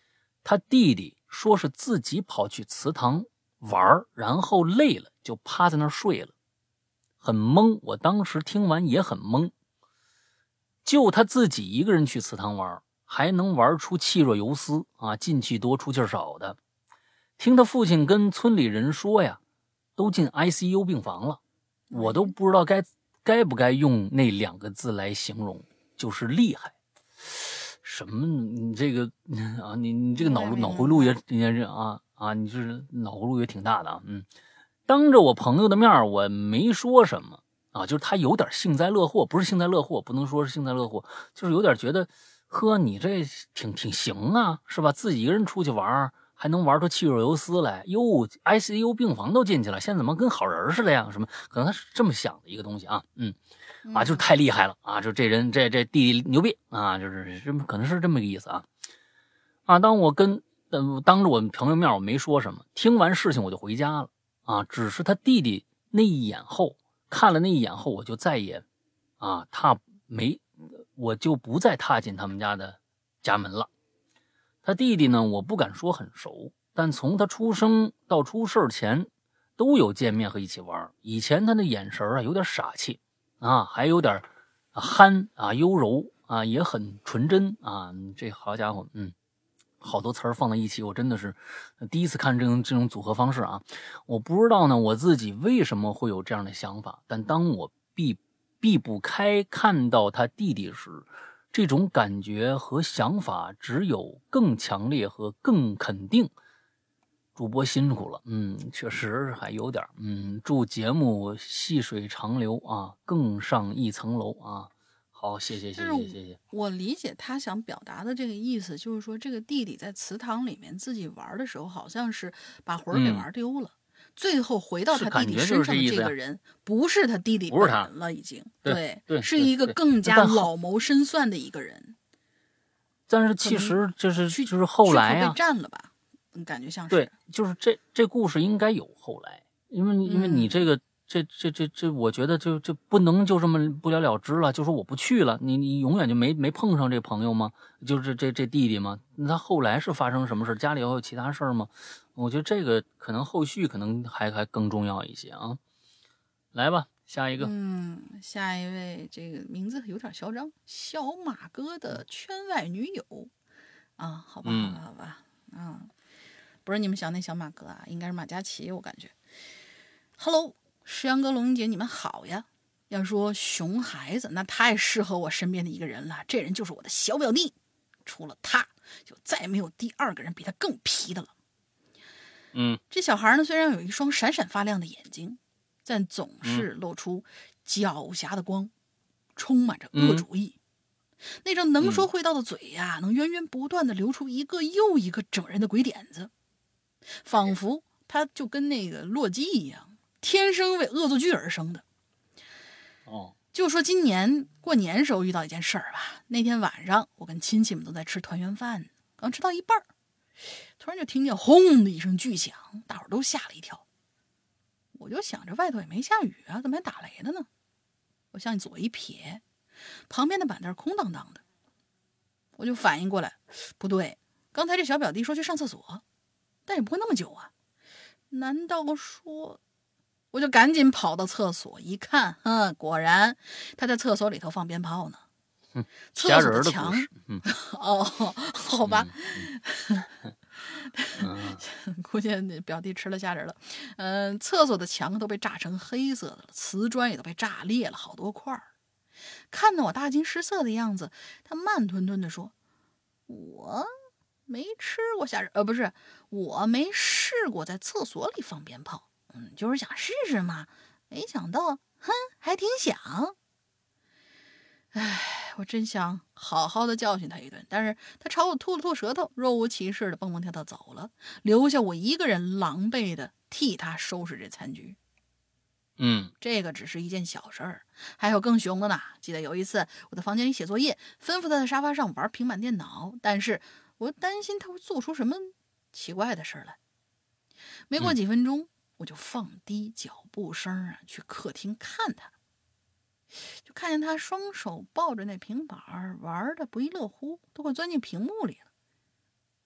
他弟弟说是自己跑去祠堂玩，然后累了就趴在那儿睡了，很懵。我当时听完也很懵，就他自己一个人去祠堂玩，还能玩出气若游丝啊，进气多出气少的。听他父亲跟村里人说呀，都进 ICU 病房了，我都不知道该不该用那2个字来形容，就是厉害。什么？你这个啊，你这个脑回路也你是脑回路也挺大的啊。当着我朋友的面，我没说什么啊，就是他有点幸灾乐祸，不是幸灾乐祸，不能说是幸灾乐祸，就是有点觉得，呵，你这挺行啊，是吧？自己一个人出去玩，还能玩出气若游丝来，哟 ，ICU 病房都进去了，现在怎么跟好人似的呀？什么？可能他是这么想的一个东西啊，就是太厉害了啊！就这人这弟弟牛逼啊！就是可能是这么个意思啊！当着我朋友面，我没说什么。听完事情我就回家了啊！只是他弟弟看了那一眼后，我就再也我就不再踏进他们家的家门了。他弟弟呢，我不敢说很熟，但从他出生到出事前都有见面和一起玩。以前他的眼神有点傻气啊，还有点憨啊，优柔啊，也很纯真啊。这好家伙，好多词儿放在一起，我真的是第一次看这种组合方式啊。我不知道呢，我自己为什么会有这样的想法，但当我避不开看到他弟弟时，这种感觉和想法只有更强烈和更肯定。主播辛苦了，确实还有点，祝节目细水长流啊，更上一层楼啊！好，谢谢。 我理解他想表达的这个意思，就是说这个弟弟在祠堂里面自己玩的时候，好像是把魂儿给玩丢了，最后回到他弟弟身上的这个人，不是他弟弟本人了，已经对，是一个更加老谋深算的一个人。 但是其实就是后来被占了吧？感觉像是对，就是这故事应该有后来，因为你这个这，我觉得就不能就这么不了了之了，就说我不去了，你永远就没碰上这朋友吗？就是这弟弟吗？那他后来是发生什么事？家里有其他事儿吗？我觉得这个可能后续可能还更重要一些啊。来吧，下一个。 下一位，这个名字有点嚣张，小马哥的圈外女友啊，好吧。不是你们想那小马哥啊，应该是马嘉祺，我感觉。Hello， 石阳哥、龙英姐，你们好呀。要说熊孩子，那太适合我身边的一个人了，这人就是我的小表弟，除了他，就再没有第2个人比他更皮的了。这小孩呢，虽然有一双闪闪发亮的眼睛，但总是露出狡黠的光，充满着恶主意。那张能说会道的嘴呀，能源源不断的流出一个又一个整人的鬼点子，仿佛他就跟那个洛基一样，天生为恶作剧而生的。就说今年过年时候遇到一件事儿吧，那天晚上我跟亲戚们都在吃团圆饭，刚吃到一半，突然就听见轰的一声巨响，大伙儿都吓了一跳。我就想着外头也没下雨啊，怎么还打雷的呢？我向左一瞥，旁边的板凳空荡荡的，我就反应过来，不对，刚才这小表弟说去上厕所，但也不会那么久啊，难道说？我就赶紧跑到厕所一看，果然他在厕所里头放鞭炮呢。厕所的墙，好吧，估计表弟吃了虾仁了。厕所的墙都被炸成黑色的了，瓷砖也都被炸裂了好多块儿。看到我大惊失色的样子，他慢吞吞地说：“我没吃过虾仁，不是，我没试过在厕所里放鞭炮。就是想试试嘛，没想到，还挺响。我真想好好的教训他一顿，但是他朝我吐了吐舌头，若无其事的蹦蹦跳跳走了，留下我一个人狼狈的替他收拾这残局。这个只是一件小事儿，还有更凶的呢。记得有一次我在房间里写作业，吩咐他在沙发上玩平板电脑，但是我担心他会做出什么奇怪的事来。没过几分钟，我就放低脚步声去客厅看他，就看见他双手抱着那平板玩的不亦乐乎，都快钻进屏幕里了。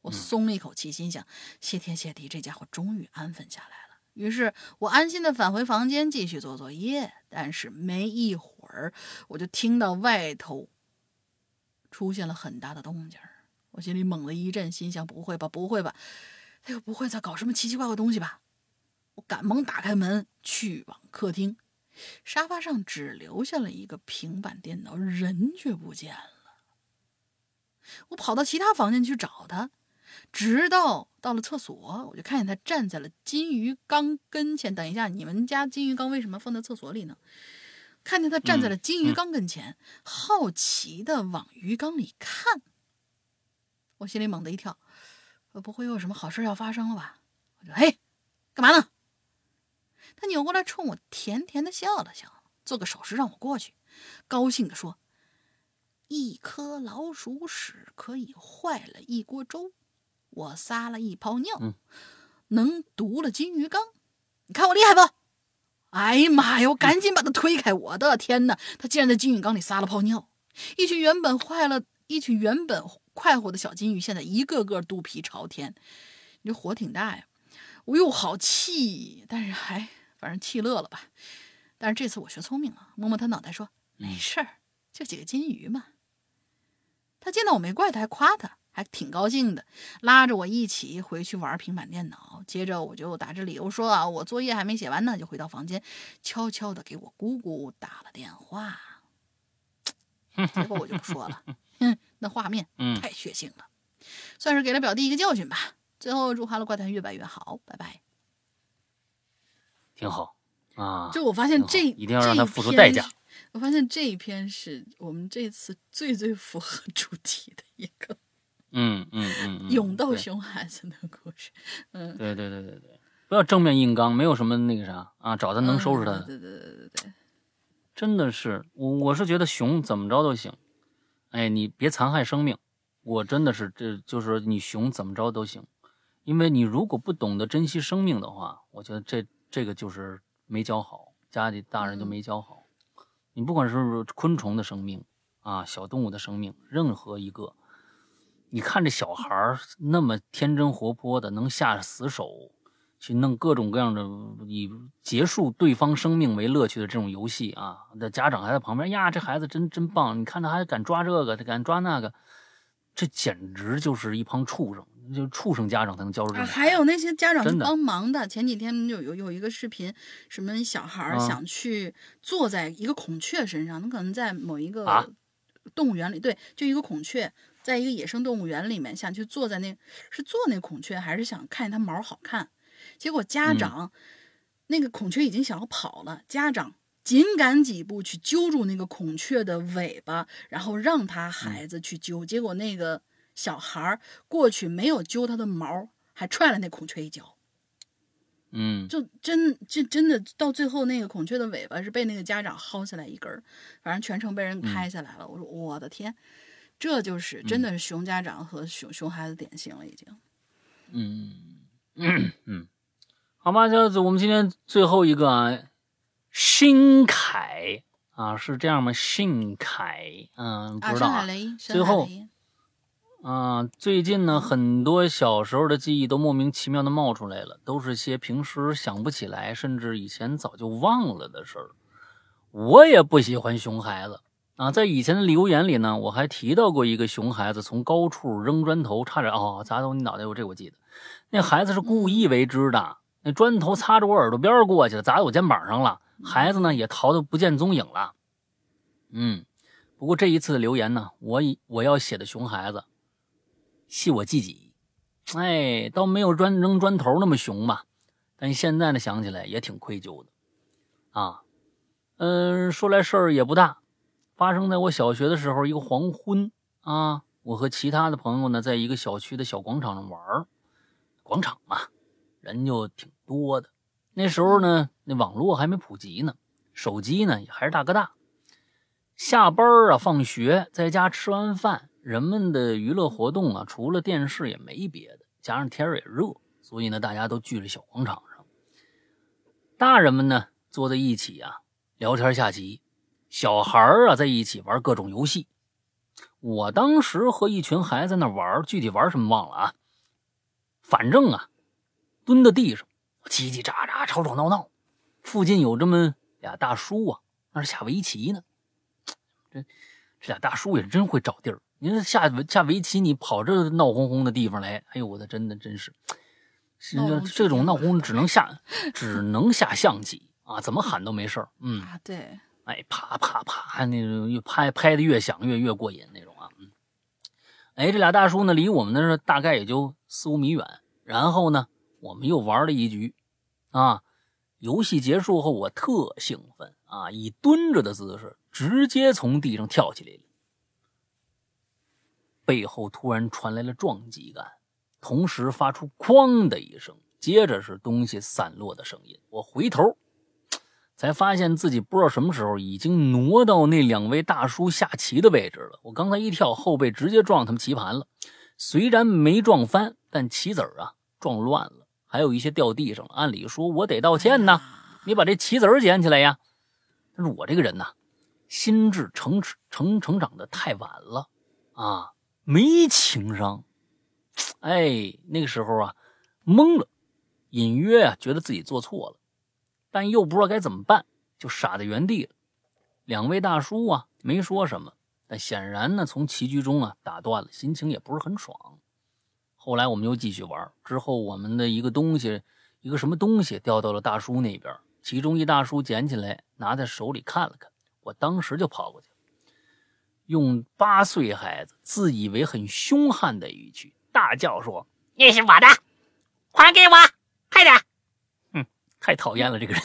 我松了一口气，心想谢天谢地，这家伙终于安分下来了。于是我安心的返回房间继续做作业，但是没一会儿我就听到外头出现了很大的动静，我心里猛地一震，心想不会吧，他又不会再搞什么奇奇怪怪东西吧？我赶忙打开门去往客厅，沙发上只留下了一个平板电脑，人却不见了。我跑到其他房间去找他，直到了厕所，我就看见他站在了金鱼缸跟前。等一下，你们家金鱼缸为什么放在厕所里呢？看见他站在了金鱼缸跟前，好奇的往鱼缸里看。我心里猛地一跳，不会又有什么好事要发生了吧？我就嘿，干嘛呢？他扭过来冲我甜甜的笑了笑，做个手势让我过去，高兴地说：“一颗老鼠屎可以坏了一锅粥，我撒了一泡尿，能毒了金鱼缸，你看我厉害不？”哎呀妈呀！我赶紧把他推开，我的天哪！他竟然在金鱼缸里撒了泡尿，一群原本快活的小金鱼，现在一个个肚皮朝天，你这火挺大呀！我又好气，但是反正气乐了吧。但是这次我学聪明了，摸摸他脑袋说：“没事儿，就几个金鱼嘛。”他见到我没怪他，还夸他，还挺高兴的，拉着我一起回去玩平板电脑。接着我就打着理由说啊，我作业还没写完呢，就回到房间，悄悄的给我姑姑打了电话。结果我就不说了，那画面太血腥了，算是给了表弟一个教训吧。最后祝哈喽怪谈越办越好，拜拜。 挺好啊， 就我发现一定要让他付出代价。 我发现这一篇是我们这次最符合主题的一个，勇斗熊孩子的故事。 对，不要正面硬刚，没有什么那个啥啊，找他能收拾他的。 对， 真的是，我是觉得熊怎么着都行，哎，你别残害生命。我真的是，这就是你熊怎么着都行，因为你如果不懂得珍惜生命的话，我觉得这个就是没教好，家里大人就没教好。你不管是昆虫的生命啊，小动物的生命，任何一个，你看这小孩那么天真活泼的，能下死手去弄各种各样的以结束对方生命为乐趣的这种游戏啊，那家长还在旁边呀，这孩子真棒，你看他还敢抓这个，他敢抓那个，这简直就是一帮畜生，就畜生家长才能教出这种。 还有那些家长是帮忙的。前几天有一个视频，什么小孩想去坐在一个孔雀身上，可能在某一个动物园里，对，就一个孔雀，在一个野生动物园里面，想去坐在坐那孔雀，还是想看它毛好看？结果家长，那个孔雀已经想要跑了，家长紧赶几步去揪住那个孔雀的尾巴，然后让他孩子去揪。结果那个小孩过去没有揪他的毛，还踹了那孔雀一脚。就真的到最后，那个孔雀的尾巴是被那个家长薅下来一根，反正全程被人拍下来了。我说我的天，这就是真的是熊家长和熊孩子典型了，已经。 好吧，就我们今天最后一个啊，辛凯啊，是这样吗？辛凯，不知道啊。最后最近呢，很多小时候的记忆都莫名其妙的冒出来了，都是些平时想不起来，甚至以前早就忘了的事儿。我也不喜欢熊孩子啊，在以前的留言里呢，我还提到过一个熊孩子从高处扔砖头，差点砸到你脑袋，这我记得。那孩子是故意为之的。那砖头擦着我耳朵边过去了，砸在我肩膀上了。孩子呢也逃得不见踪影了。不过这一次的留言呢，我要写的熊孩子系我自己，倒没有扔砖头那么熊吧，但现在呢想起来也挺愧疚的啊。说来事儿也不大，发生在我小学的时候，一个黄昏啊，我和其他的朋友呢在一个小区的小广场上玩，广场嘛，人就挺多的。那时候呢，那网络还没普及呢，手机呢也还是大哥大。下班啊，放学在家吃完饭，人们的娱乐活动啊，除了电视也没别的，加上天也热，所以呢，大家都聚在小广场上。大人们呢坐在一起啊，聊天下棋，小孩啊在一起玩各种游戏。我当时和一群孩子在那玩，具体玩什么忘了啊。 反正啊，蹲在地上，叽叽喳喳，吵吵闹闹。附近有这么俩大叔啊，那是下围棋呢。这俩大叔也真会找地儿。你说下围棋，你跑这闹哄哄的地方来，哎呦我的真是这种闹哄只能下象棋啊，怎么喊都没事儿。 啊，对， 哎，啪啪啪，那种越拍的越响，越过瘾那种啊。哎，这俩大叔呢，离我们那大概也就4-5米远。然后呢，我们又玩了一局啊。游戏结束后，我特兴奋啊，以蹲着的姿势直接从地上跳起来了。背后突然传来了撞击感，同时发出哐的一声，接着是东西散落的声音。我回头才发现自己不知道什么时候已经挪到那2位大叔下棋的位置了。我刚才一跳，后背直接撞他们棋盘了，虽然没撞翻，但棋子啊撞乱了，还有一些掉地上了。按理说我得道歉呢，你把这棋子捡起来呀。但是我这个人呢，心智成长的太晚了啊，没情商。哎，那个时候啊，懵了，隐约啊觉得自己做错了，但又不知道该怎么办，就傻在原地了。2位大叔啊没说什么，但显然呢从棋局中啊打断了，心情也不是很爽。后来我们又继续玩，之后我们的一个什么东西掉到了大叔那边，其中一大叔捡起来拿在手里看了看，我当时就跑过去，用8岁孩子自以为很凶悍的语气大叫说：“那是我的，还给我，快点！”太讨厌了，这个人。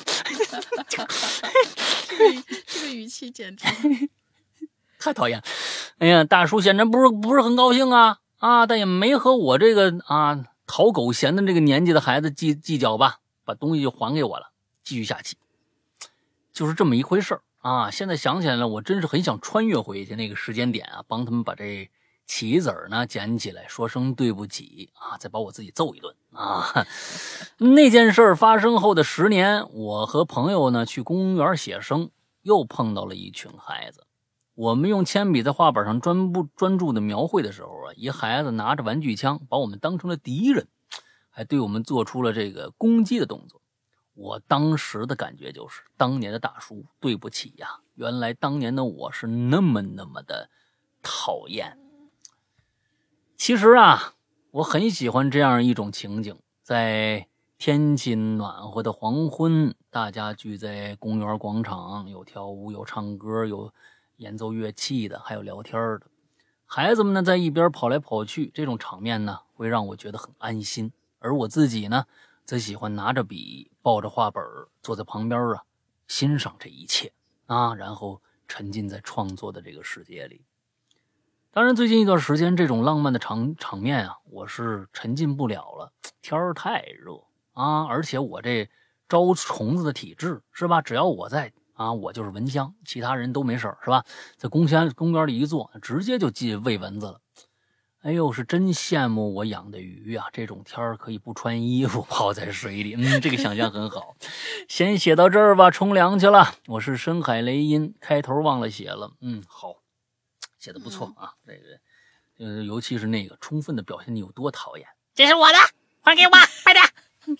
这个语气简直太讨厌。哎呀，大叔显然不是很高兴啊，但也没和我这个讨狗嫌的这个年纪的孩子计较吧，把东西就还给我了，继续下棋。就是这么一回事儿啊。现在想起来了，我真是很想穿越回去那个时间点啊，帮他们把这棋子呢捡起来，说声对不起啊，再把我自己揍一顿啊。那件事发生后的10年，我和朋友呢去公园写生，又碰到了一群孩子。我们用铅笔在画板上专注的描绘的时候啊，一孩子拿着玩具枪把我们当成了敌人，还对我们做出了这个攻击的动作。我当时的感觉就是，当年的大叔对不起呀，原来当年的我是那么的讨厌。其实啊，我很喜欢这样一种情景，在天气暖和的黄昏，大家聚在公园广场，有跳舞，有唱歌，有演奏乐器的，还有聊天的。孩子们呢在一边跑来跑去，这种场面呢会让我觉得很安心。而我自己呢则喜欢拿着笔，抱着画本，坐在旁边啊，欣赏这一切啊，然后沉浸在创作的这个世界里。当然最近一段时间这种浪漫的场面啊，我是沉浸不了了，天儿太热啊，而且我这招虫子的体质是吧，只要我在啊，我就是蚊香，其他人都没事是吧？在公园里一坐，直接就进喂蚊子了。哎呦，是真羡慕我养的鱼啊！这种天儿可以不穿衣服泡在水里，这个想象很好。先写到这儿吧，冲凉去了。我是深海雷音，开头忘了写了。好，写的不错啊。这个，尤其是那个，充分的表现你有多讨厌。这是我的，还给我，快点！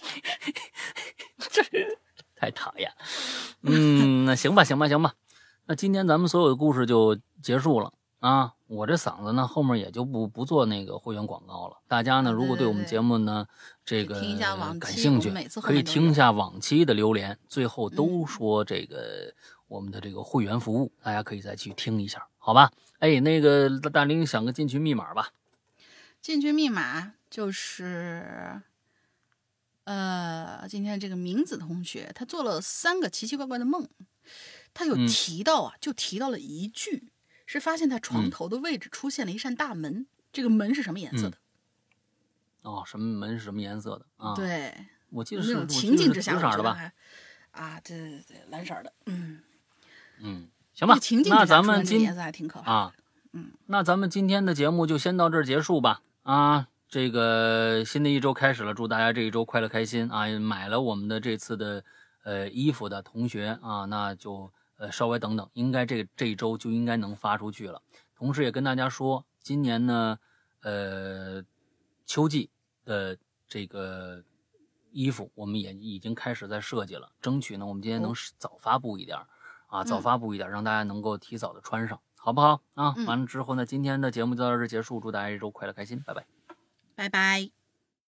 太讨厌。那行吧。那今天咱们所有的故事就结束了。啊，我这嗓子呢，后面也就不做那个会员广告了。大家呢，如果对我们节目呢，这个感兴趣，可以听一下往期的留言，最后都说这个我们的这个会员服务，大家可以再去听一下，好吧？哎，那个大玲想个进群密码吧。 进群密码就是今天这个明子同学他做了3个奇奇怪怪的梦，他有提到啊，就提到了一句。是发现他床头的位置出现了一扇大门，这个门是什么颜色的？ 什么门是什么颜色的啊？ 对， 我记得是那种情景之下紫色的吧？ 对，蓝色的， 行吧。 那咱们颜色还挺可怕的。 那咱们今天的节目就先到这儿结束吧。这个新的一周开始了，祝大家这一周快乐开心啊！买了我们的这次的衣服的同学啊，那就。稍微等等，应该这一周就应该能发出去了。同时也跟大家说，今年呢，秋季的这个衣服我们也已经开始在设计了，争取呢我们今天能早发布一点早发布一点，让大家能够提早的穿上，好不好啊？完了之后呢，今天的节目就到这儿结束，祝大家一周快乐开心，拜拜， 拜拜。